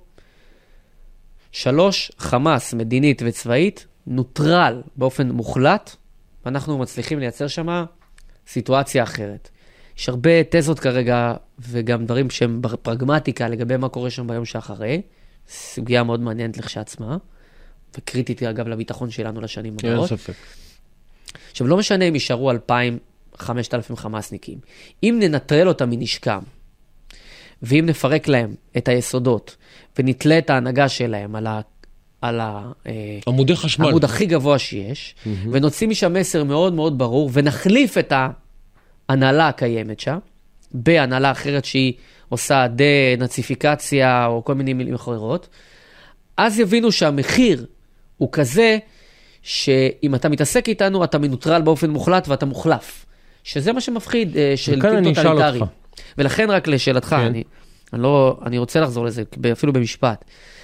שלוש, חמאס, מדינית וצבאית, נוטרל באופן מוחלט, ואנחנו מצליחים לייצר שמה סיטואציה אחרת. יש הרבה תזות כרגע, וגם דברים שהם פרגמטיקה לגבי מה קורה שם ביום שאחרי. סוגיה מאוד מעניינת לכשעצמה, וקריטית אגב לביטחון שלנו לשנים הבאות. אין ספק. עכשיו, לא משנה אם יישארו אלפיים, חמשת אלפים חמאסניקים. אם ננטרל אותם מנשקם, ואם נפרק להם את היסודות, ונתלה את ההנהגה שלהם על ה... על ה... עמודי חשמל. העמוד הכי גבוה שיש, mm-hmm. ונוציא משם מסר מאוד מאוד ברור, ונחליף את ההנהלה הקיימת שם, בהנהלה אחרת שהיא עושה דה-נציפיקציה, או כל מיני מילים אחרות, אז יבינו שהמחיר הוא כזה, שאם אתה מתעסק איתנו, אתה מנוטרל באופן מוחלט, ואתה מוחלף. שזה מה שמפחיד של טיל טוטליטרי. ולכן רק לשאלתך, כן. אני, אני, לא, אני רוצה לחזור לזה, אפילו במשפט.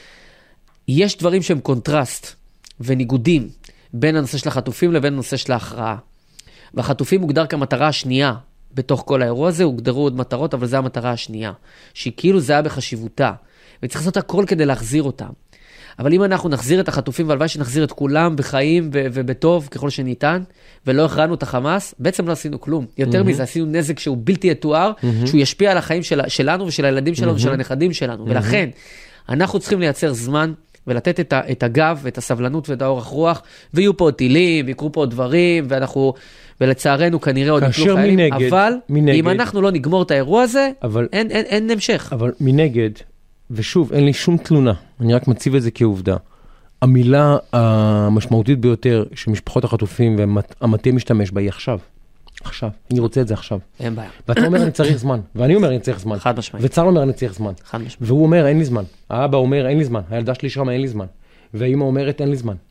יש דברים שהם קונטרסט וניגודים בין הנושא של החטופים לבין הנושא של ההכרעה. והחטופים מוגדר כמטרה השנייה בתוך כל האירוע הזה, הוגדרו עוד מטרות, אבל זו המטרה השנייה, שהיא כאילו זה היה בחשיבותה, וצריך לעשות הכל כדי להחזיר אותם. אבל אם אנחנו נחזיר את החטופים, והלוואי שנחזיר את כולם בחיים ו- ובטוב ככל שניתן, ולא הכרענו את החמאס, בעצם לא עשינו כלום. יותר mm-hmm. מזה, עשינו נזק שהוא בלתי יתואר, mm-hmm. שהוא ישפיע על החיים של- שלנו ושל הילדים שלנו mm-hmm. ושל הנכדים שלנו. Mm-hmm. ולכן, אנחנו צריכים לייצר זמן, ולתת את, ה- את הגב ואת הסבלנות ואת האורך רוח, ויהיו פה עוד טילים, ויקרו פה עוד דברים, ואנחנו, ולצערנו כנראה עוד יקלו חיילים, מנגד, אבל מנגד, אם אנחנו לא נגמור את האירוע הזה, אבל, אין, אין, אין המשך. אבל מנגד, ושוב, אין לי שום תלונה, אני רק מציב את זה כעובדה. המילה המשמעותית ביותר שמשפחות החטופים והמטה משתמש בה היא עכשיו. עכשיו. אני רוצה את זה עכשיו. אין בעיה. ואתה אומר, אני צריך זמן. ואני אומר, אני צריך זמן. חד משמעית. וצר אומר, אני צריך זמן. חד משמעית. והוא אומר, אין לי זמן. האבא אומר, אין לי זמן. הילדה שלי שם, אין לי זמן. והאמא אומרת, אין לי זמן.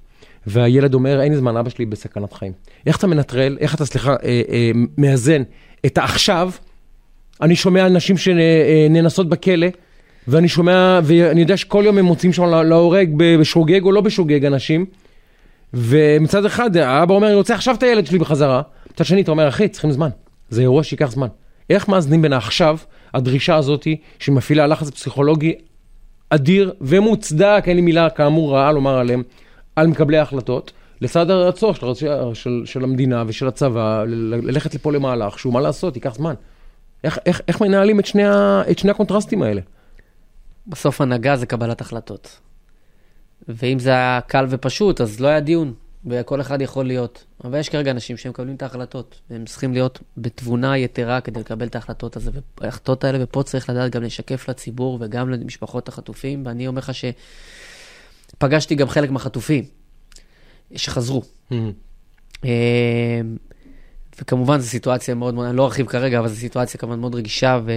והילד אומר, אין לי זמן, אבא שלי בסכנת חיים. איך אתה מנטרל, איך אתה, סליחה, אה, אה, מאזן את העכשיו, אני שומע אנשים שננסות בכלא, ואני שומע, ואני יודע שכל יום הם מוצאים שם להורג בשוגג או לא בשוגג אנשים, ומצד אחד, האבא אומר, אני רוצה עכשיו את הילד שלי בחזרה, מצד שני, אתה אומר, אחי, צריכים זמן. זה אירוע שיקח זמן. איך מאזנים בין עכשיו, הדרישה הזאת, שמפעילה לחץ פסיכולוגי אדיר ומוצדק, אין לי מילה כאמור רעה לומר עליהם, על מקבלי ההחלטות, לצד הרצון של, של, של המדינה ושל הצבא, ללכת לפה למהלך, שהוא מה לעשות, ייקח זמן. איך, איך, איך מנהלים את שני, את שני הקונטרסטים האלה? בסוף הנהגה זה קבלת החלטות. ואם זה היה קל ופשוט, אז לא היה דיון, וכל אחד יכול להיות. אבל יש כרגע אנשים שהם מקבלים את ההחלטות, והם צריכים להיות בתבונה יתרה כדי לקבל את ההחלטות הזה, וההחלטות האלה, ופה צריך לדעת גם לשקף לציבור, וגם למשפחות החטופים, ואני אומר לך שפגשתי גם חלק מהחטופים, שחזרו. Mm-hmm. וכמובן זו סיטואציה מאוד, אני לא ארחיב כרגע, אבל זו סיטואציה כמובן מאוד רגישה ו...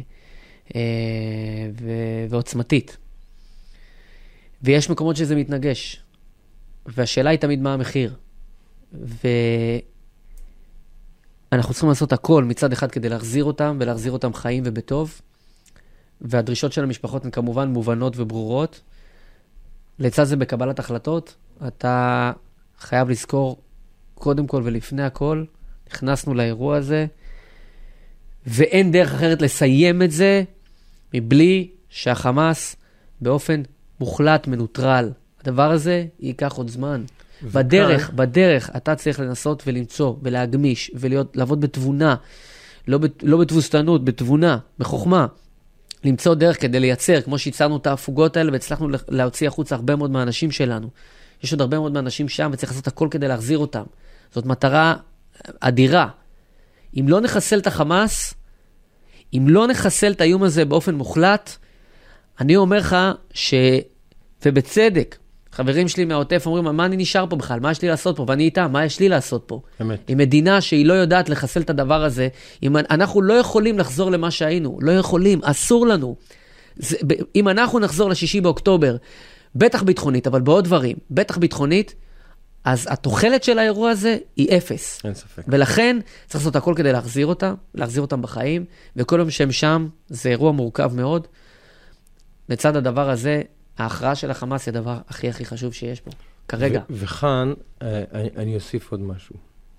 ו... ועוצמתית. ויש מקומות שזה מתנגש. והשאלה היא תמיד מה המחיר. ואנחנו צריכים לעשות הכל מצד אחד כדי להחזיר אותם, ולהחזיר אותם חיים ובטוב. והדרישות של המשפחות הן כמובן מובנות וברורות. לצד זה בקבלת החלטות, אתה חייב לזכור קודם כל ולפני הכל, נכנסנו לאירוע הזה, ואין דרך אחרת לסיים את זה, מבלי שהחמאס באופן מוחלט, מנוטרל. הדבר הזה ייקח עוד זמן. וכאן... בדרך, בדרך, אתה צריך לנסות ולמצוא, ולהגמיש, ולעבוד בתבונה, לא, בת, לא בתבוסתנות, בתבונה, בחוכמה. למצוא דרך כדי לייצר, כמו שהצענו את ההפוגות האלה, והצלחנו להוציא החוץ הרבה מאוד מהאנשים שלנו. יש עוד הרבה מאוד מהאנשים שם, וצריך לעשות הכל כדי להחזיר אותם. זאת מטרה אדירה. אם לא נחסל את החמאס, אם לא נחסל את האיום הזה באופן מוחלט, אני אומר לך ש... ובצדק, חברים שלי מהעוטף אומרים, מה אני נשאר פה בכלל? מה יש לי לעשות פה? ואני איתה, מה יש לי לעשות פה? אמת. עם מדינה שהיא לא יודעת לחסל את הדבר הזה, אם אנחנו לא יכולים לחזור למה שהיינו, לא יכולים, אסור לנו. זה, אם אנחנו נחזור לשישי באוקטובר, בטח ביטחונית, אבל בעוד דברים, בטח ביטחונית, אז התוחלת של האירוע הזה היא אפס. אין ספק. ולכן צריך לעשות הכל כדי להחזיר אותם, להחזיר אותם בחיים, וכל יום שהם שם, זה אירוע מורכב מאוד. לצד הדבר הזה, ההכרעה של החמאס היא הדבר הכי הכי חשוב שיש פה, כרגע. ו- וכאן, אני, אני אוסיף עוד משהו.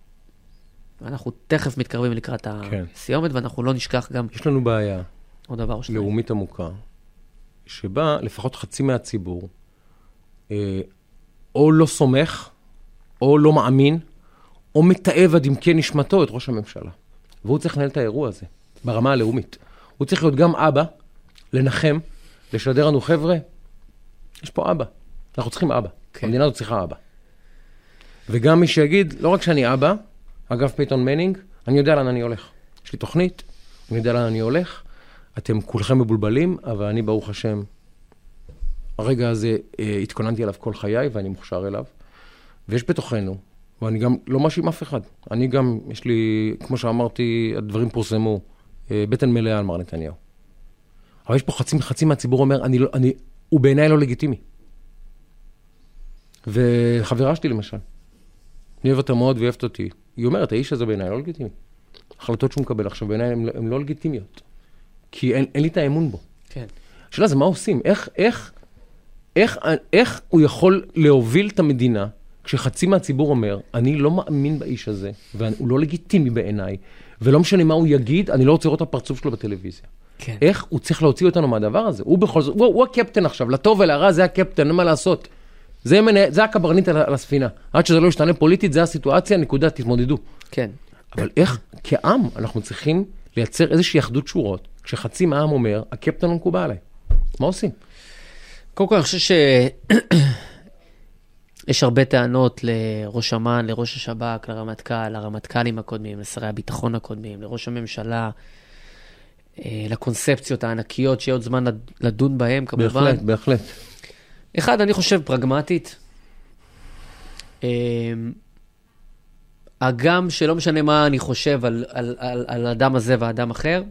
אנחנו תכף מתקרבים לקראת כן. הסיומת, ואנחנו לא נשכח גם... יש לנו בעיה. עוד דבר או שניים. לאומית עמוקה, שבה לפחות חצי מהציבור, אה, או לא סומך, או לא מאמין, או מתאב עד עמקי נשמתו את ראש הממשלה. והוא צריך לנהל את האירוע הזה, ברמה הלאומית. הוא צריך להיות גם אבא, לנחם, לשדר לנו חבר'ה, יש פה אבא. אנחנו צריכים אבא. כן. המדינה הזאת צריכה אבא. וגם מי שיגיד, לא רק שאני אבא, אגב פייטון מנינג, אני יודע לאן אני הולך. יש לי תוכנית, אני יודע לאן אני הולך, אתם כולכם מבולבלים, אבל אני ברוך השם, הרגע הזה אה, התכוננתי עליו כל חיי, ואני מוכשר אליו. ויש בתוכנו, ואני גם לא מאשים אף אחד. אני גם, יש לי, כמו שאמרתי, הדברים פורסמו, אה, בטן מלאה על מר נתניהו. אבל יש פה חצי, חצי מהציבור אומר, אני לא, אני, הוא בעיניי לא לגיטימי. וחברה שלי למשל, אני אוהב אותה מאוד ואוהבת אותי, היא אומרת, האיש הזה בעיניי לא לגיטימי. החלטות שהוא מקבל עכשיו בעיניי הן, הן לא לגיטימיות. כי אין, אין לי את האמון בו. כן. השאלה זה מה עושים? איך, איך, איך, איך הוא יכול להוביל את המדינה, כשחצי מהציבור אומר, אני לא מאמין באיש הזה, והוא לא לגיטימי בעיניי, ולא משנה מה הוא יגיד, אני לא רוצה לראות את הפרצוף שלו בטלוויזיה. כן. איך הוא צריך להוציא אותנו מהדבר הזה? הוא בכל זאת, הוא, הוא הקפטן עכשיו, לטוב ולרע זה הקפטן, אין מה לעשות. זה, זה הקברנית על, על הספינה. עד שזה לא ישתנה פוליטית, זה הסיטואציה, נקודה, תתמודדו. כן. אבל איך, כעם, אנחנו צריכים לייצר איזושהי אחדות שורות, כשחצי מהעם אומר, הקפטן לא מקובל עליי. מה עושים? קודם כל, אני חושב ש... יש הרבה טענות לראש אמ"ן, לראש השב"כ, לרמטכ"ל, לרמטכ"לים הקודמים, לשרי הביטחון הקודמים, לראש הממשלה, לקונספציות הענקיות שיהיה עוד זמן לדון בהם, כמובן. בהחלט, בהחלט. אחד, אני חושב פרגמטית. הגם שלא משנה מה אני חושב על, על, על, על אדם הזה ואדם אחר,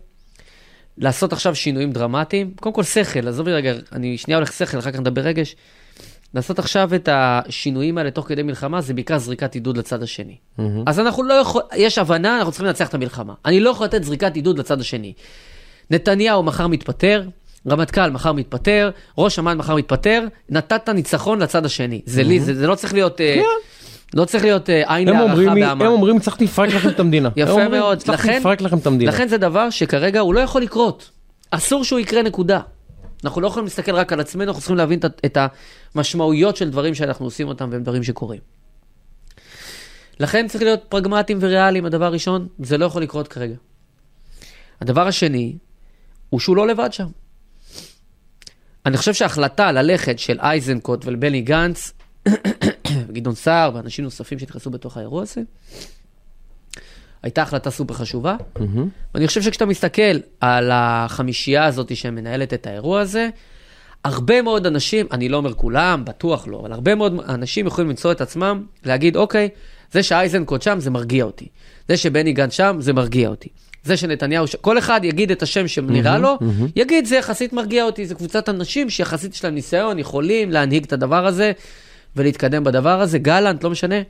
לעשות עכשיו שינויים דרמטיים, קודם כל שכל, עזוב לי רגע, אני שנייה הולך שכל, אחר כך נדבר רגש, לעשות עכשיו את השינויים האלה תוך כדי מלחמה, זה בעיקר זריקת עידוד לצד השני. Mm-hmm. אז אנחנו לא יכול, יש הבנה, אנחנו צריכים לנצח את המלחמה. אני לא יכול לתת זריקת עידוד לצד השני. נתניהו מחר מתפטר, רמטכ"ל מחר מתפטר, ראש אמ"ן מחר מתפטר, נתת ניצחון לצד השני. זה, mm-hmm. לי, זה, זה לא צריך להיות... כן. לא צריך להיות עין להערכה באמן. הם אומרים, צריך לפרק לכם את המדינה. יפה מאוד. צריך לפרק לכם את המדינה. לכן זה דבר שכרגע הוא לא יכול לקרות. אסור שהוא יקרה נקודה. אנחנו לא יכולים להסתכל רק על עצמנו, אנחנו צריכים להבין את המשמעויות של דברים שאנחנו עושים אותם, והם דברים שקורים. לכן צריך להיות פרגמטיים וריאליים. הדבר הראשון, זה לא יכול לקרות כרגע. הדבר השני, הוא שהוא לא לבד שם. אני חושב שההחלטה ללכת של אייזנקוט ולבני גנץ, וגדעון סער ואנשים נוספים שהתייחסו בתוך האירוע הזה, הייתה החלטה סופר חשובה. Mm-hmm. ואני חושב שכשאתה מסתכל על החמישייה הזאת שמנהלת את האירוע הזה, הרבה מאוד אנשים, אני לא אומר כולם, בטוח לא, אבל הרבה מאוד אנשים יכולים למצוא את עצמם, להגיד, אוקיי, זה שאייזנקוט שם, זה מרגיע אותי. זה שבני גנץ שם, זה מרגיע אותי. זה שנתניהו, ש... כל אחד יגיד את השם שנראה mm-hmm, לו, mm-hmm. יגיד, זה יחסית מרגיע אותי, זה קבוצת אנשים שיחסית יש להם ניסיון, יכולים להנהיג את הדבר הזה, ולהתקדם בדבר הזה, גלנט, לא משנה.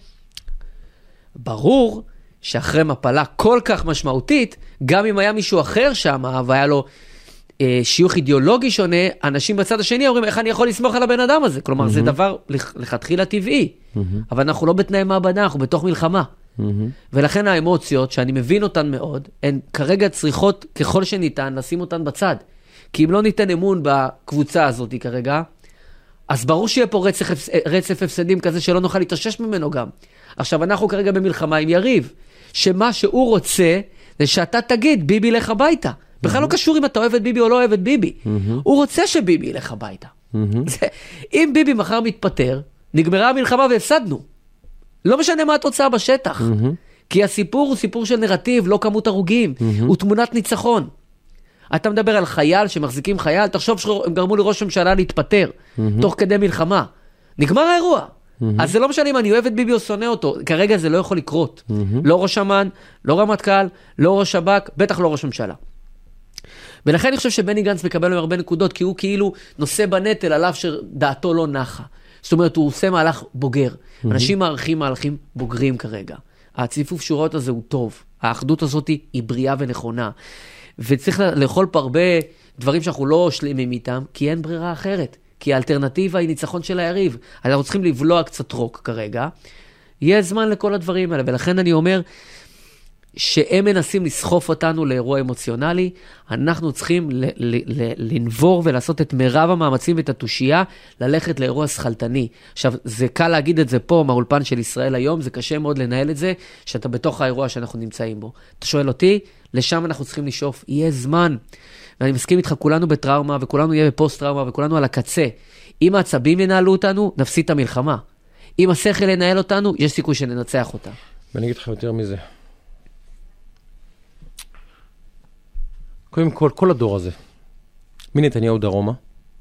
ברור שאחרי מפלה כל כך משמעותית, גם אם היה מישהו אחר שם, והיה לו אה, שיוך אידיאולוגי שונה, אנשים בצד השני אומרים, איך אני יכול לסמוך על הבן אדם הזה? כלומר, mm-hmm. זה דבר לכתחילה טבעי, mm-hmm. אבל אנחנו לא בתנאי מעבדה, אנחנו בתוך מלחמה. Mm-hmm. ולכן האמוציות, שאני מבין אותן מאוד, הן כרגע צריכות ככל שניתן לשים אותן בצד. כי אם לא ניתן אמון בקבוצה הזאת כרגע, אז ברור שיהיה פה רצף, רצף הפסדים כזה שלא נוכל להתאושש ממנו גם. עכשיו, אנחנו כרגע במלחמה עם יריב, שמה שהוא רוצה, זה שאתה תגיד, ביבי לך הביתה. Mm-hmm. בכלל לא קשור אם אתה אוהב את ביבי או לא אוהב את ביבי. Mm-hmm. הוא רוצה שביבי ילך הביתה. Mm-hmm. זה, אם ביבי מחר מתפטר, נגמרה המלחמה והפסדנו. לא משנה מה התוצאה בשטח. Mm-hmm. כי הסיפור הוא סיפור של נרטיב, לא כמות הרוגים. Mm-hmm. הוא תמונת ניצחון. אתה מדבר על חייל שמחזיקים חייל, תחשוב שהם גרמו לראש הממשלה להתפטר, mm-hmm. תוך כדי מלחמה. נגמר האירוע. Mm-hmm. אז זה לא משנה אם אני אוהב את ביבי או שונא אותו, כרגע זה לא יכול לקרות. Mm-hmm. לא ראש אמ"ן, לא רמטכ"ל, לא ראש שב"כ, בטח לא ראש ממשלה. ולכן אני חושב שבני גנץ מקבל הרבה נקודות, כי הוא כאילו נושא בנטל עליו שדעתו לא נחה. זאת אומרת, הוא עושה מהלך בוגר. Mm-hmm. אנשים מערכים מהלכים בוגרים כרגע. הציפוף שורות הזה הוא טוב. האחדות הזאת היא בריאה ונכונה. וצריך לאכול פה הרבה דברים שאנחנו לא שלמים איתם, כי אין ברירה אחרת. כי האלטרנטיבה היא ניצחון של היריב. אנחנו צריכים לבלוע קצת רוק כרגע. יהיה זמן לכל הדברים האלה, ולכן אני אומר שהם מנסים לסחוף אותנו לאירוע אמוציונלי, אנחנו צריכים ל- ל- ל- לנבור ולעשות את מירב המאמצים ואת התושייה, ללכת לאירוע שכלתני. עכשיו, זה קל להגיד את זה פה, מהאולפן של ישראל היום, זה קשה מאוד לנהל את זה, שאתה בתוך האירוע שאנחנו נמצאים בו. אתה שואל אותי, לשם אנחנו צריכים לשאוף, יהיה זמן. ואני מסכים איתך, כולנו בטראומה, וכולנו יהיה בפוסט טראומה, וכולנו על הקצה. אם העצבים ינהלו אותנו, נפסיד את המלחמה. אם השכל ינהל אותנו, יש סיכוי שננצח אותה. ואני אגיד לך יותר מזה. קודם כל, כל הדור הזה, מנתניהו דרומה,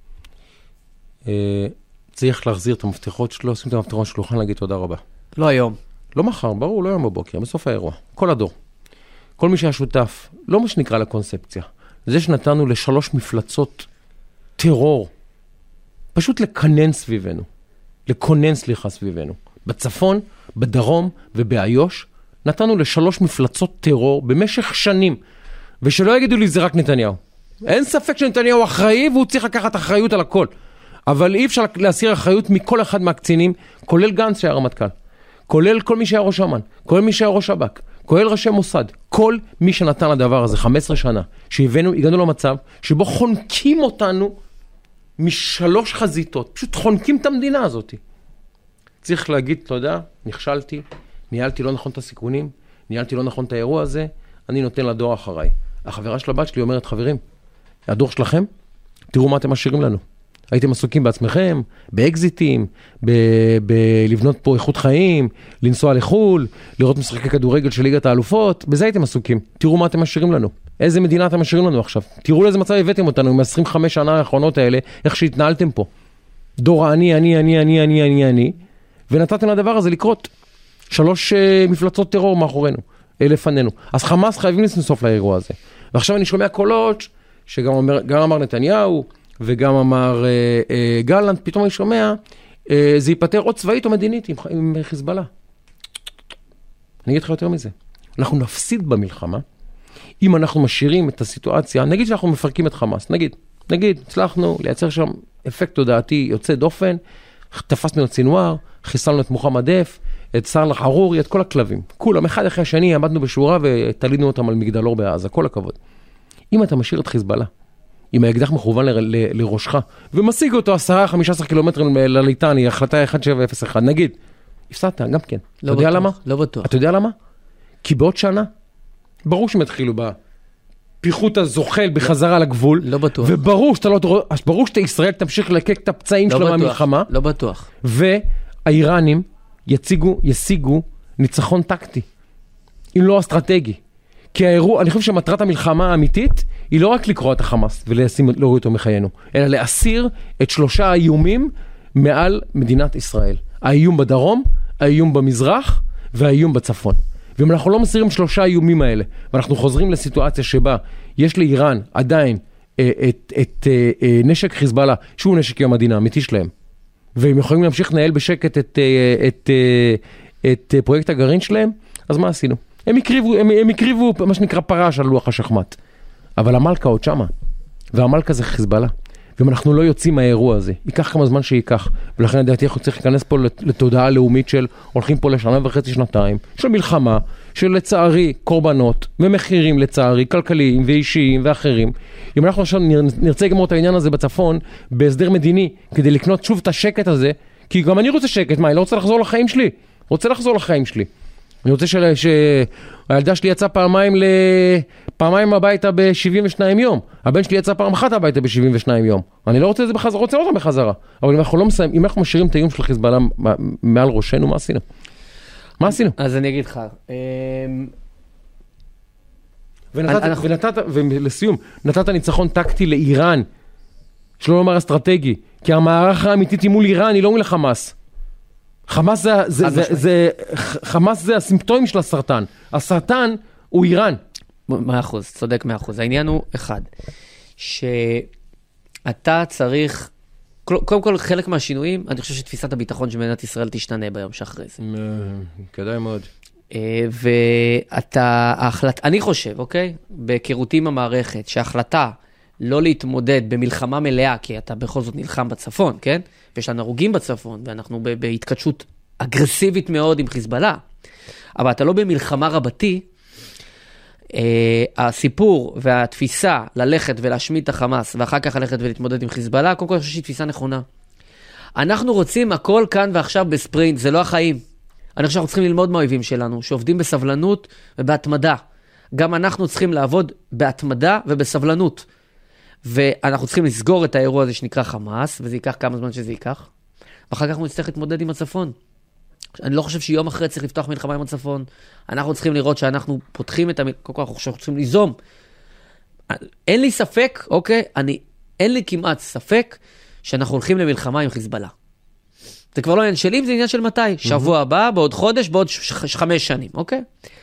אה, צריך להחזיר את המפתחות שלו, לשים את המפתחות שלו, לכן להגיד תודה רבה. לא היום. לא מחר, ברור, לא היום בבוקר, בסוף האירוע. כל הדור. כל מי שהיה שותף, לא מה שנקרא לקונספציה, זה שנתנו לשלוש מפלצות טרור, פשוט לקנן סביבנו, לקונן סליחה סביבנו. בצפון, בדרום ובאיו"ש, נתנו לשלוש מפלצות טרור במשך שנים, ושלא יגידו לי זה רק נתניהו. אין ספק שנתניהו אחראי והוא צריך לקחת אחריות על הכל. אבל אי אפשר להסיר אחריות מכל אחד מהקצינים, כולל גנץ שהיה רמטכ"ל, כולל כל מי שהיה ראש אמ"ן, כולל מי שהיה ראש שב"כ, כולל ראשי מוסד, כל מי שנתן לדבר הזה חמש עשרה שנה, שהבאנו, הגענו למצב שבו חונקים אותנו משלוש חזיתות, פשוט חונקים את המדינה הזאת. צריך להגיד תודה, נכשלתי, ניהלתי לא נכון את הסיכונים, ניהלתי לא נכון את האירוע הזה, אני נותן לדור אחריי. החברה של הבת שלי אומרת, חברים, הדור שלכם, תראו מה אתם משאירים לנו. הייתם עסוקים בעצמכם, באקזיטים, בלבנות פה איכות חיים, לנסוע לחול, לראות משחקי כדורגל של ליגת האלופות, בזה הייתם עסוקים. תראו מה אתם משאירים לנו. איזה מדינה אתם משאירים לנו עכשיו. תראו לאיזה מצב הבאתם אותנו עם עשרים וחמש שנה האחרונות האלה, איך שהתנהלתם פה. דור אני, אני, אני, אני, אני, אני, אני, ונתתם לדבר הזה לקרות. שלוש uh, מפלצות טרור מאחורינו. לפנינו. אז חמאס חייבים לסוף לאירוע הזה. ועכשיו אני שומע קולות, שגם אומר, גם אמר נתניהו, וגם אמר אה, אה, גלנט, פתאום אני שומע, זה ייפטר או צבאית או מדינית עם, עם חיזבאללה. אני אגיד לך יותר מזה. אנחנו נפסיד במלחמה, אם אנחנו משאירים את הסיטואציה, נגיד שאנחנו מפרקים את חמאס, נגיד, נגיד, הצלחנו לייצר שם אפקט תודעתי יוצא דופן, תפסנו את סינואר, חיסלנו את מוחמד דף, את סרלח ערורי, את כל הכלבים. כולם, אחד אחרי השני, עמדנו בשורה ותלינו אותם על מגדלור בעזה, כל הכבוד. אם אתה משאיר את חיזבאללה, עם האקדח מכוון ל- ל- לראשך, ומשיג אותו עשרה חמישה עשר קילומטרים לליטני, החלטה אחת שבע אפס אחת, נגיד, הפסדת, גם כן. לא אתה יודע בטוח, למה? לא בטוח. אתה יודע למה? כי בעוד שנה, ברור שהם התחילו בפיחות הזוחל בחזרה לגבול, לא בטוח. וברור שאתה לא, ברור שאתה ישראל תמשיך לקק את הפצעים שלו מהמלחמה, לא בטוח. והאיראנים יציגו, ישיגו ניצחון טקטי, אם לא אסטרטגי. כי האירוע, אני חושב שמטרת המלחמה האמיתית, היא לא רק לקרוא את החמאס ולהוריד אותו מחיינו, אלא להסיר את שלושה האיומים מעל מדינת ישראל. האיום בדרום, האיום במזרח והאיום בצפון. ואם אנחנו לא מסירים שלושה האיומים האלה, ואנחנו חוזרים לסיטואציה שבה יש לאיראן עדיין אה, את, את אה, אה, נשק חיזבאללה, שהוא נשק יום המדינה, האמיתי שלהם, והם יכולים להמשיך לנהל בשקט את, אה, את, אה, את אה, פרויקט הגרעין שלהם, אז מה עשינו? הם הקריבו, הם, הם הקריבו מה שנקרא פרש על לוח השחמט. אבל המלכה עוד שמה, והמלכה זה חיזבאללה. ואם אנחנו לא יוצאים מהאירוע הזה, ייקח כמה זמן שייקח, ולכן לדעתי אנחנו צריך להיכנס פה לתודעה לאומית של הולכים פה לשנה וחצי שנתיים, של מלחמה, של לצערי קורבנות ומחירים לצערי, כלכליים ואישיים ואחרים. אם אנחנו עכשיו נרצה לגמור את העניין הזה בצפון, בהסדר מדיני, כדי לקנות שוב את השקט הזה, כי גם אני רוצה שקט, מה, אני לא רוצה לחזור לחיים שלי, רוצה לחזור לחיים שלי. אני רוצה של... שהילדה שלי יצאה פעמיים, ל... פעמיים הביתה ב-שבעים ושניים יום. הבן שלי יצא פעם אחת הביתה ב-שבעים ושניים יום. אני לא רוצה את זה בחזרה, רוצה אותם בחזרה. אבל אם אנחנו לא מסיים, אם אנחנו משאירים את האיום של חיזבאללה מעל ראשנו, מה עשינו? מה עשינו? אז אני אגיד לך. ונתת, אנחנו... ונתת, ולסיום, נתת ניצחון טקטי לאיראן, שלא לומר אסטרטגי, כי המערך האמיתית היא מול איראן, היא לא מול החמאס. חמאס זה, זה, זה, זה, חמאס זה הסימפטומים של הסרטן. הסרטן הוא איראן. מאה אחוז, צודק מאה אחוז. העניין הוא אחד, שאתה צריך, קודם כל חלק מהשינויים, אני חושב שתפיסת הביטחון של מדינת ישראל תשתנה ביום שאחרי זה. כדאי מאוד. ואתה, ההחלט, אני חושב, אוקיי? בהיכרותי עם המערכת, שההחלטה לא להתמודד במלחמה מלאה, כי אתה בכל זאת נלחם בצפון, כן? ויש לנו הרוגים בצפון, ואנחנו בהתקדשות אגרסיבית מאוד עם חיזבאללה, אבל אתה לא במלחמה רבתי, אה, הסיפור והתפיסה ללכת ולהשמיד את החמאס, ואחר כך ללכת ולהתמודד עם חיזבאללה, קודם כל אני חושב שהיא תפיסה נכונה. אנחנו רוצים הכל כאן ועכשיו בספרינט, זה לא החיים. אני חושב שאנחנו צריכים ללמוד מהאויבים שלנו, שעובדים בסבלנות ובהתמדה. גם אנחנו צריכים לעבוד בהתמדה ובסבלנות. ואנחנו צריכים לסגור את האירוע הזה שנקרא חמאס, וזה ייקח כמה זמן שזה ייקח. ואחר כך אנחנו נצטרך להתמודד עם הצפון. אני לא חושב שיום אחרי צריך לפתוח מלחמה עם הצפון. אנחנו צריכים לראות שאנחנו פותחים את המלחמה, כל כך אנחנו צריכים ליזום. אין לי ספק, אוקיי? אני, אין לי כמעט ספק שאנחנו הולכים למלחמה עם חיזבאללה. זה כבר לא עניין שלי, זה עניין של מתי. שבוע הבא, בעוד חודש, בעוד ש- ש- חמש שנים, אוקיי?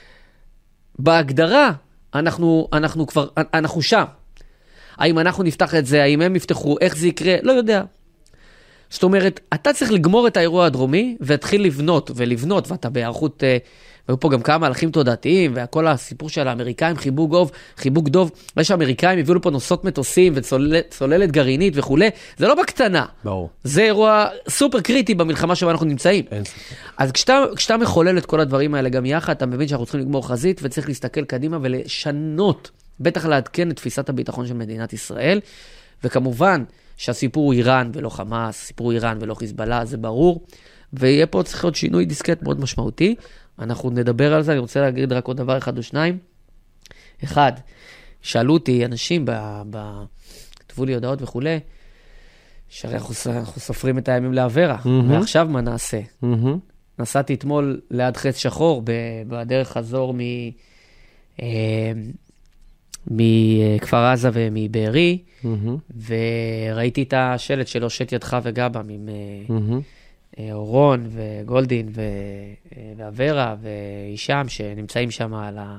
בהגדרה, אנחנו, אנחנו כבר, אנחנו שם. האם אנחנו נפתח את זה, האם הם יפתחו, איך זה יקרה, לא יודע. זאת אומרת, אתה צריך לגמור את האירוע הדרומי, והתחיל לבנות ולבנות, ואתה בהיערכות, והיו פה גם כמה מהלכים תודעתיים, וכל הסיפור של האמריקאים, חיבוק דוב, חיבוק דוב, ויש האמריקאים הביאו לפה נוסעות מטוסים, וצוללת גרעינית וכו'. זה לא בקטנה. ברור. זה אירוע סופר קריטי במלחמה שבה אנחנו נמצאים. אין ספק. אז כשאתה, כשאתה מחולל את כל הדברים האלה גם יחד, אתה מבין שאנחנו צריכים לגמור חזית, וצריך להסתכל קדימה ולשנות, בטח לעדכן את תפיסת הביטחון של מדינת ישראל, וכמובן שהסיפור הוא איראן ולא חמאס, סיפור איראן ולא חיזבאללה, זה ברור, ויהיה פה צריך להיות שינוי דיסקט מאוד משמעותי, אנחנו נדבר על זה, אני רוצה להגיד רק עוד דבר אחד או שניים. אחד, שאלו אותי אנשים, כתבו לי הודעות וכו', שהרי אנחנו, אנחנו סופרים את הימים לעברה, mm-hmm. ועכשיו מה נעשה? Mm-hmm. נסעתי אתמול ליד חץ שחור, בדרך חזור מ... אה, מכפר עזה ומבארי, mm-hmm. וראיתי את השלט של הושט ידך וגבם עם mm-hmm. אורון וגולדין ו... ועברה ואישם שנמצאים שם על ה...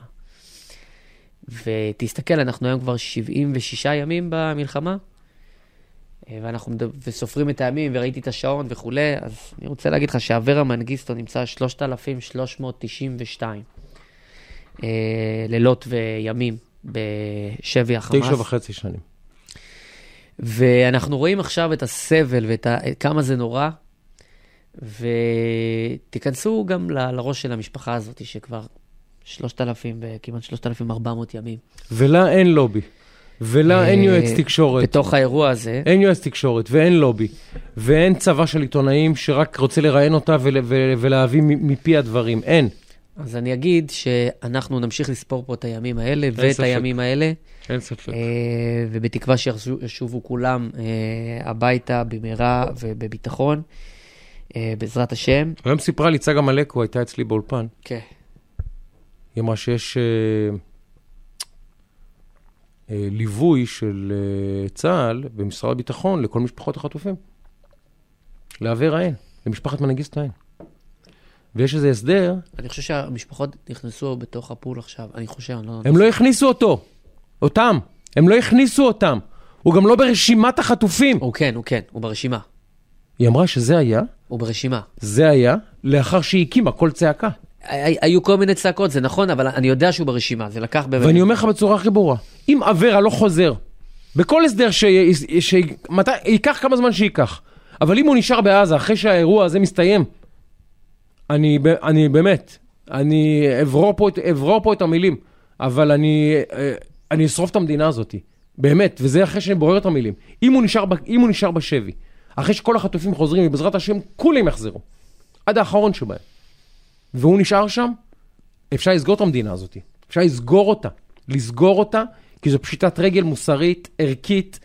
ותסתכל, אנחנו היום כבר שבעים ושישה ימים במלחמה, ואנחנו וסופרים את הימים, וראיתי את השעון וכולי, אז אני רוצה להגיד לך שאברה מנגיסטו נמצא שלושת אלפים שלוש מאות תשעים ושתיים לילות וימים בשבי החמאס. תשע וחצי שנים. ואנחנו רואים עכשיו את הסבל וכמה זה נורא, ותיכנסו גם ל, לראש של המשפחה הזאת, שכבר שלושת אלפים וכמעט שלושת אלפים וארבע מאות ימים. ולה אין לובי. ולה אין יועץ תקשורת. בתוך האירוע הזה. אין יועץ תקשורת ואין לובי. ואין צבא של עיתונאים שרק רוצה לראיין אותה ול, ול, ולהביא מפי הדברים. אין. אז אני אגיד שאנחנו נמשיך לספור פה את הימים האלה ואת ספק. הימים האלה. אין ספק. ובתקווה שישובו כולם הביתה במהרה ובביטחון. בעזרת השם. היום סיפרה לי צגה מלקו, הייתה אצלי באולפן. כן. היא אמרה שיש אה, אה, ליווי של אה, צה"ל במשרד הביטחון לכל משפחות החטופים. לעבר העין, למשפחת מנגיסטו העין. ויש איזה הסדר. אני חושב שהמשפחות נכנסו בתוך הפול עכשיו. אני חושב, אני לא... הם לא הכניסו אותו. אותם. הם לא הכניסו אותם. הוא גם לא ברשימת החטופים. הוא כן, הוא כן, הוא ברשימה. היא אמרה שזה היה. הוא ברשימה. זה היה לאחר שהיא הקימה כל צעקה. היו כל מיני צעקות, זה נכון, אבל אני יודע שהוא ברשימה, זה לקח באמת... ואני אומר לך בצורה הכי ברורה, אם אברה לא חוזר, בכל הסדר שייקח כמה זמן שייקח, אבל אם הוא נשאר בעזה אחרי שהאירוע הזה מסתיים, אני, אני באמת, אני אברור פה, אברור פה את המילים, אבל אני, אני אשרוף את המדינה הזאת, באמת, וזה אחרי שאני בורר את המילים. אם הוא נשאר, אם הוא נשאר בשבי, אחרי שכל החטופים חוזרים, בעזרת השם, כולם יחזרו, עד האחרון שבהם. והוא נשאר שם, אפשר לסגור את המדינה הזאת. אפשר לסגור אותה. לסגור אותה, כי זו פשיטת רגל מוסרית, ערכית,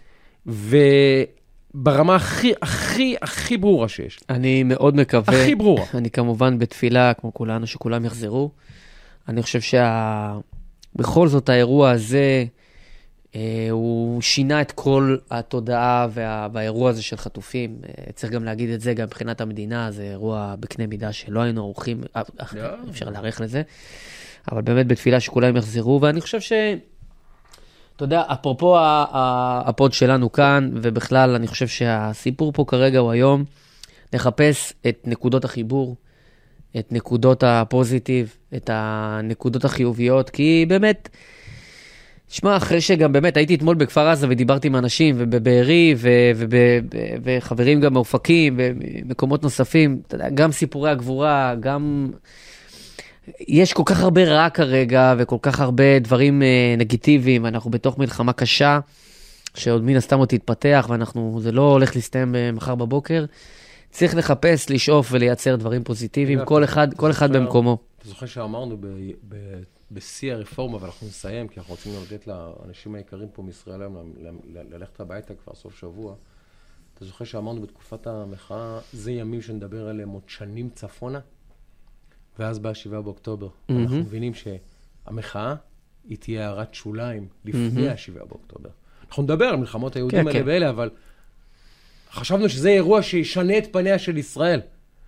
וברמה הכי, הכי, הכי ברורה שיש. אני מאוד מקווה. הכי ברורה. אני כמובן בתפילה, כמו כולנו, שכולם יחזרו. אני חושב שבכל זאת האירוע הזה, אה, הוא שינה את כל התודעה וה... והאירוע הזה של חטופים. אה, צריך גם להגיד את זה, גם מבחינת המדינה, זה אירוע בקנה מידה שלא היינו ערוכים, אה, yeah. אפשר להערך לזה. אבל באמת בתפילה שכולם יחזרו, ואני חושב ש... אתה יודע, אפרופו הפוד שלנו כאן, ובכלל אני חושב שהסיפור פה כרגע הוא היום, לחפש את נקודות החיבור, את נקודות הפוזיטיב, את הנקודות החיוביות, כי באמת... תשמע, אחרי שגם באמת הייתי אתמול בכפר עזה ודיברתי עם אנשים ובבארי וחברים גם מאופקים ומקומות נוספים, אתה יודע, גם סיפורי הגבורה, גם יש כל כך הרבה רע כרגע וכל כך הרבה דברים נגטיביים, אנחנו בתוך מלחמה קשה שעוד מן הסתם עוד תתפתח ואנחנו, זה לא הולך להסתיים מחר בבוקר, צריך לחפש, לשאוף ולייצר דברים פוזיטיביים, כל אחד, כל אחד במקומו. אתה זוכר שאמרנו ב... ב... בשיא הרפורמה, ואנחנו נסיים, כי אנחנו רוצים לתת לאנשים היקרים פה מישראל היום ללכת הביתה כבר סוף שבוע. אתה זוכר שאמרנו בתקופת המחאה, זה ימים שנדבר עליהם עוד שנים צפונה, ואז בא שבעה באוקטובר. Mm-hmm. אנחנו מבינים שהמחאה היא תהיה הערת שוליים לפני mm-hmm. השבעה באוקטובר. אנחנו נדבר על מלחמות היהודים האלה באלה, אבל חשבנו שזה אירוע שישנה את פניה של ישראל.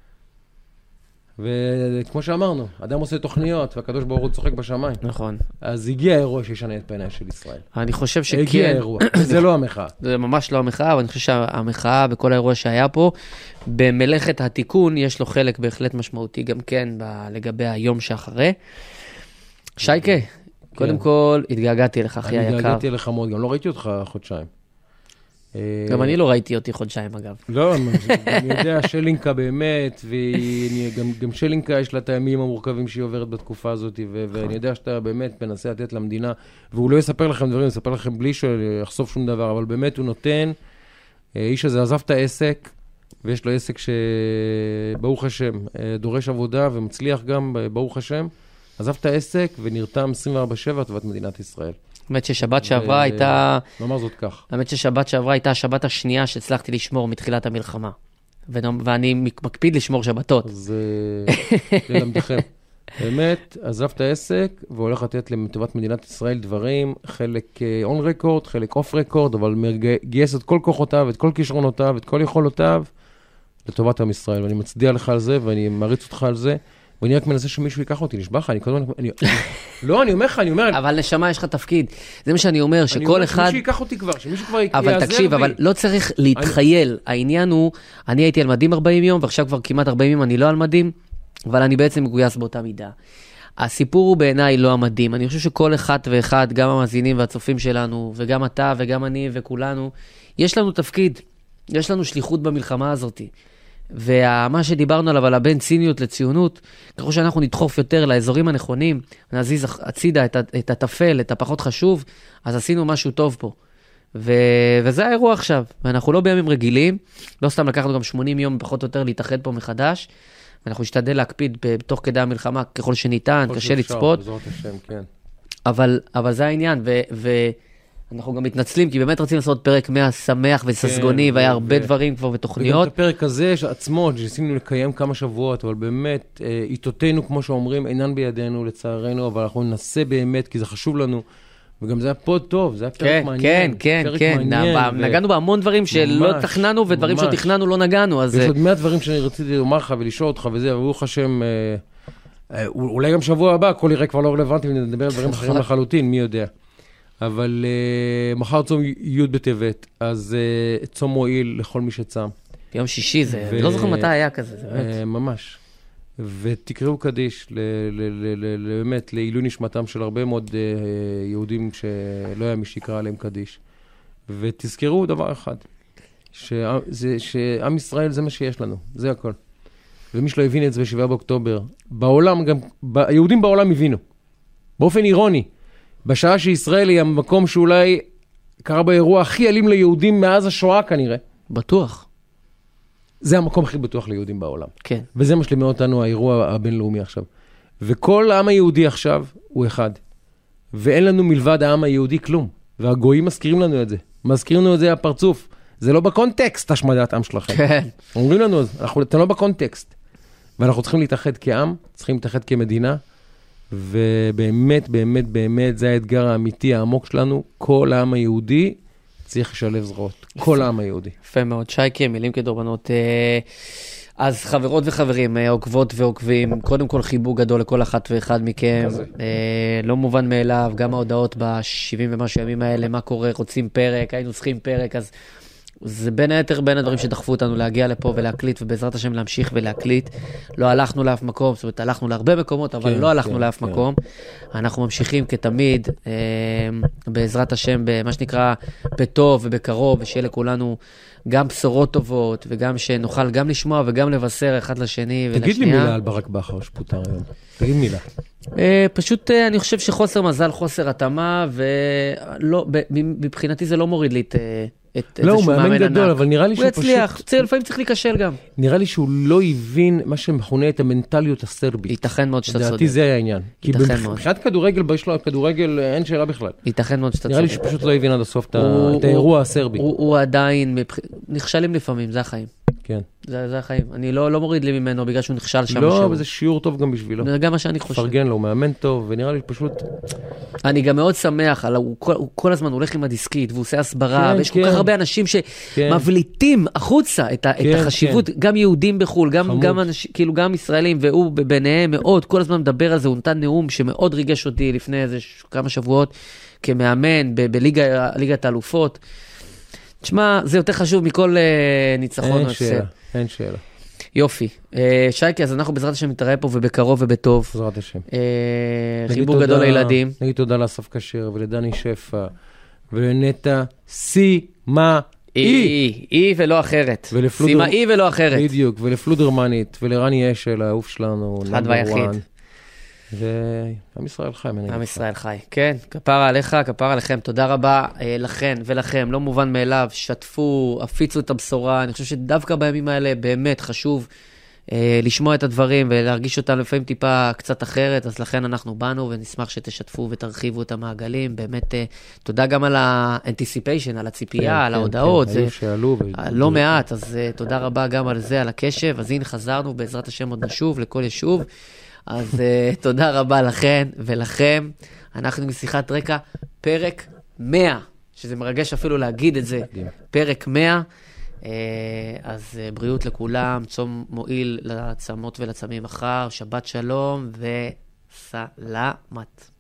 וכמו שאמרנו, אדם עושה תוכניות, והקדוש ברוך הוא צוחק בשמיים. נכון. אז הגיע האירוע שישנה את פניה של ישראל. אני חושב שכן. הגיע האירוע, זה לא המחאה. זה ממש לא המחאה, אבל אני חושב שהמחאה וכל האירוע שהיה פה, במלאכת התיקון, יש לו חלק בהחלט משמעותי גם כן, לגבי היום שאחרי. שייקה, קודם כל, התגעגעתי לך, אחי היקר. אני התגעגעתי לך מאוד, גם לא ראיתי אותך חודשיים. גם אני לא ראיתי אותי חודשיים, אגב. לא, אני יודע, שלינקה באמת, וגם שלינקה יש לה את הימים המורכבים שהיא עוברת בתקופה הזאת, ואני יודע שאתה באמת מנסה לתת למדינה, והוא לא יספר לכם דברים, יספר לכם בלי שיחשוף שום דבר, אבל באמת הוא נותן, איש הזה עזב את העסק, ויש לו עסק שברוך השם, דורש עבודה ומצליח גם, ברוך השם, עזב את העסק ונרתם עשרים וארבע שבע לטובת מדינת ישראל. האמת ששבת שעברה הייתה... נאמר זאת כך. האמת ששבת שעברה הייתה השבת השנייה שהצלחתי לשמור מתחילת המלחמה. ואני מקפיד לשמור שבתות. אז ללמדכם. באמת, עזב את העסק והולך לתת לטובת מדינת ישראל דברים, חלק און רקורד, חלק אוף רקורד, אבל גייס את כל כוחותיו, את כל כישרונותיו, את כל יכולותיו, לטובת עם ישראל. ואני מצדיע לך על זה ואני מריץ אותך על זה. ואני רק מנסה שמישהו ייקח אותי, נשבע לך, אני כל הזמן, אני, לא, אני אומר לך, אני אומר... אבל נשמה, יש לך תפקיד. זה מה שאני אומר, שכל אחד... אני אומר שמישהו ייקח אותי כבר, שמישהו כבר יעזר בי. אבל תקשיב, אבל לא צריך להתחייל. העניין הוא, אני הייתי על מדים ארבעים יום, ועכשיו כבר כמעט ארבעים יום אני לא על מדים, אבל אני בעצם מגויס באותה מידה. הסיפור הוא בעיניי לא המדים. אני חושב שכל אחד ואחד, גם המאזינים והצופים שלנו, וגם אתה וגם אני וכולנו, יש לנו תפקיד, יש לנו שליחות במלחמה הזאת. ומה שדיברנו עליו, על הבין ציניות לציונות, ככל שאנחנו נדחוף יותר לאזורים הנכונים, נזיז הצידה את, את התפל, את הפחות חשוב, אז עשינו משהו טוב פה. ו... וזה האירוע עכשיו. ואנחנו לא בימים רגילים, לא סתם לקחנו גם שמונים יום פחות או יותר להתאחד פה מחדש, ואנחנו נשתדל להקפיד בתוך כדי המלחמה ככל שניתן, קשה לצפות. השם, כן. אבל, אבל זה העניין, ו... ו... אנחנו גם מתנצלים, כי באמת רצינו לעשות פרק מאה שמח וססגוני, והיה הרבה דברים כבר בתוכניות. וגם את הפרק הזה עצמו, שניסינו לקיים כמה שבועות, אבל באמת, עיתותינו, כמו שאומרים, אינן בידינו, לצערנו, אבל אנחנו ננסה באמת, כי זה חשוב לנו, וגם זה היה פוד טוב, זה היה פרק מעניין. כן, כן, כן, נגענו בהמון דברים שלא תכננו, ודברים שתכננו לא נגענו, אז... יש עוד מאה דברים שאני רציתי לומר לך ולשאול אותך וזה, וברוך השם, אולי גם שבוע הבא, הכל יראה כבר לא רלוונטי, ונדבר על דברים אחרים לחלוטין, מי יודע. אבל uh, מחר צום י' בטבת, אז uh, צום מועיל לכל מי שצם. ביום שישי זה, ו... לא זוכר מתי היה כזה, זה באמת. Uh, ממש. ותקראו קדיש, ל- ל- ל- ל- באמת, לעילוי נשמתם של הרבה מאוד uh, יהודים שלא היה מי שיקרא עליהם קדיש. ותזכרו דבר אחד, שזה, שעם ישראל זה מה שיש לנו, זה הכל. ומי שלא הבין את זה בשבעה באוקטובר, בעולם גם, ב- היהודים בעולם הבינו. באופן אירוני. בשעה שישראל היא המקום שאולי קרה באירוע הכי אלים ליהודים מאז השואה כנראה. בטוח. זה המקום הכי בטוח ליהודים בעולם. כן. וזה מה שלימד אותנו האירוע הבינלאומי עכשיו. וכל העם היהודי עכשיו הוא אחד. ואין לנו מלבד העם היהודי כלום. והגויים מזכירים לנו את זה. מזכירים לנו את זה הפרצוף. זה לא בקונטקסט השמדת עם שלכם. כן. אומרים לנו, אנחנו, אתם לא בקונטקסט. ואנחנו צריכים להתאחד כעם, צריכים להתאחד כמדינה. ובאמת, באמת, באמת, זה האתגר האמיתי, העמוק שלנו. כל העם היהודי צריך לשלב זרועות. כל העם היהודי. יפה מאוד. שייקה, מילים כדורבנות. אז חברות וחברים, עוקבות ועוקבים, קודם כל חיבוק גדול לכל אחת ואחד מכם. לא מובן מאליו, גם ההודעות ב-שבעים ומשהו ימים האלה, מה קורה, רוצים פרק, היינו צריכים פרק, אז... זה בין היתר בין הדברים שדחפו אותנו להגיע לפה ולהקליט, ובעזרת השם להמשיך ולהקליט. לא הלכנו לאף מקום, זאת אומרת, הלכנו להרבה מקומות, אבל כן, לא הלכנו כן, לאף כן. מקום. אנחנו ממשיכים כתמיד, אה, בעזרת השם, במה שנקרא, בטוב ובקרוב, ושיהיה לכולנו גם בשורות טובות, וגם שנוכל גם לשמוע וגם לבשר אחד לשני ולשנייה. תגיד לי מילה על ברק בכר שפוטר היום. תגיד מילה. אה, פשוט אה, אני חושב שחוסר מזל, חוסר התאמה, ולא, ב- מבחינתי זה לא מוריד לי את... אה, לא, הוא מאמן גדול, אבל נראה לי שהוא פשוט... הוא יצליח, לפעמים צריך להיכשל גם. נראה לי שהוא לא הבין מה שמכונה את המנטליות הסרבית. ייתכן מאוד שאתה צודק. לדעתי זה היה העניין. ייתכן כי מאוד. מבחינת כדורגל, יש לו כדורגל, אין שאלה בכלל. ייתכן מאוד שאתה צודק. נראה לי שפשוט לא הבין עד הסוף את האירוע הסרבי. הוא עדיין, נכשלים לפעמים, זה החיים. כן. זה, זה החיים. אני לא, לא מוריד לי ממנו בגלל שהוא נכשל שם. לא, אבל זה שיעור טוב גם בשבילו. זה גם מה שאני חושב. פרגן לו, הוא מאמן טוב, ונראה לי פשוט... אני גם מאוד שמח, על, הוא, כל, הוא כל הזמן הולך עם הדיסקית, והוא עושה הסברה, כן, ויש כן. כל כך הרבה אנשים שמבליטים החוצה את, כן, את החשיבות, כן. גם יהודים בחול, גם, גם, אנשים, כאילו, גם ישראלים, והוא ביניהם מאוד, כל הזמן מדבר על זה, הוא נתן נאום שמאוד ריגש אותי לפני איזה כמה שבועות, כמאמן בליגת האלופות. תשמע, זה יותר חשוב מכל uh, ניצחון. אין שאלה, אין שאלה. יופי. Uh, שייקי, אז אנחנו בעזרת השם נתראה פה ובקרוב ובטוב. בעזרת השם. Uh, חיבוק גדול לילדים. נגיד תודה לאסף כשר ולדני שפע ולנטע סימה אי. אי ולא אחרת. סימה אי ולא אחרת. בדיוק, ולפלודרמנית ולרני אשל, האהוב שלנו. אחד והיחיד. ועם ישראל חי. עם ישראל חי, כן. כפרה עליך, כפרה עליכם. תודה רבה לכן ולכם. לא מובן מאליו, שתפו, הפיצו את הבשורה. אני חושב שדווקא בימים האלה באמת חשוב לשמוע את הדברים ולהרגיש אותם לפעמים טיפה קצת אחרת, אז לכן אנחנו באנו ונשמח שתשתפו ותרחיבו את המעגלים. באמת תודה גם על האנטיסיפיישן, על הציפייה, על ההודעות. זה לא מעט, אז תודה רבה גם על זה, על הקשב. אז הנה חזרנו, בעזרת השם עוד נשוב לכל יישוב. אז uh, תודה רבה לכן ולכם. אנחנו בשיחת רקע, פרק מאה, שזה מרגש אפילו להגיד את זה, פרק מאה. Uh, אז בריאות לכולם, צום מועיל לצמות ולצמים מחר, שבת שלום וסלמת.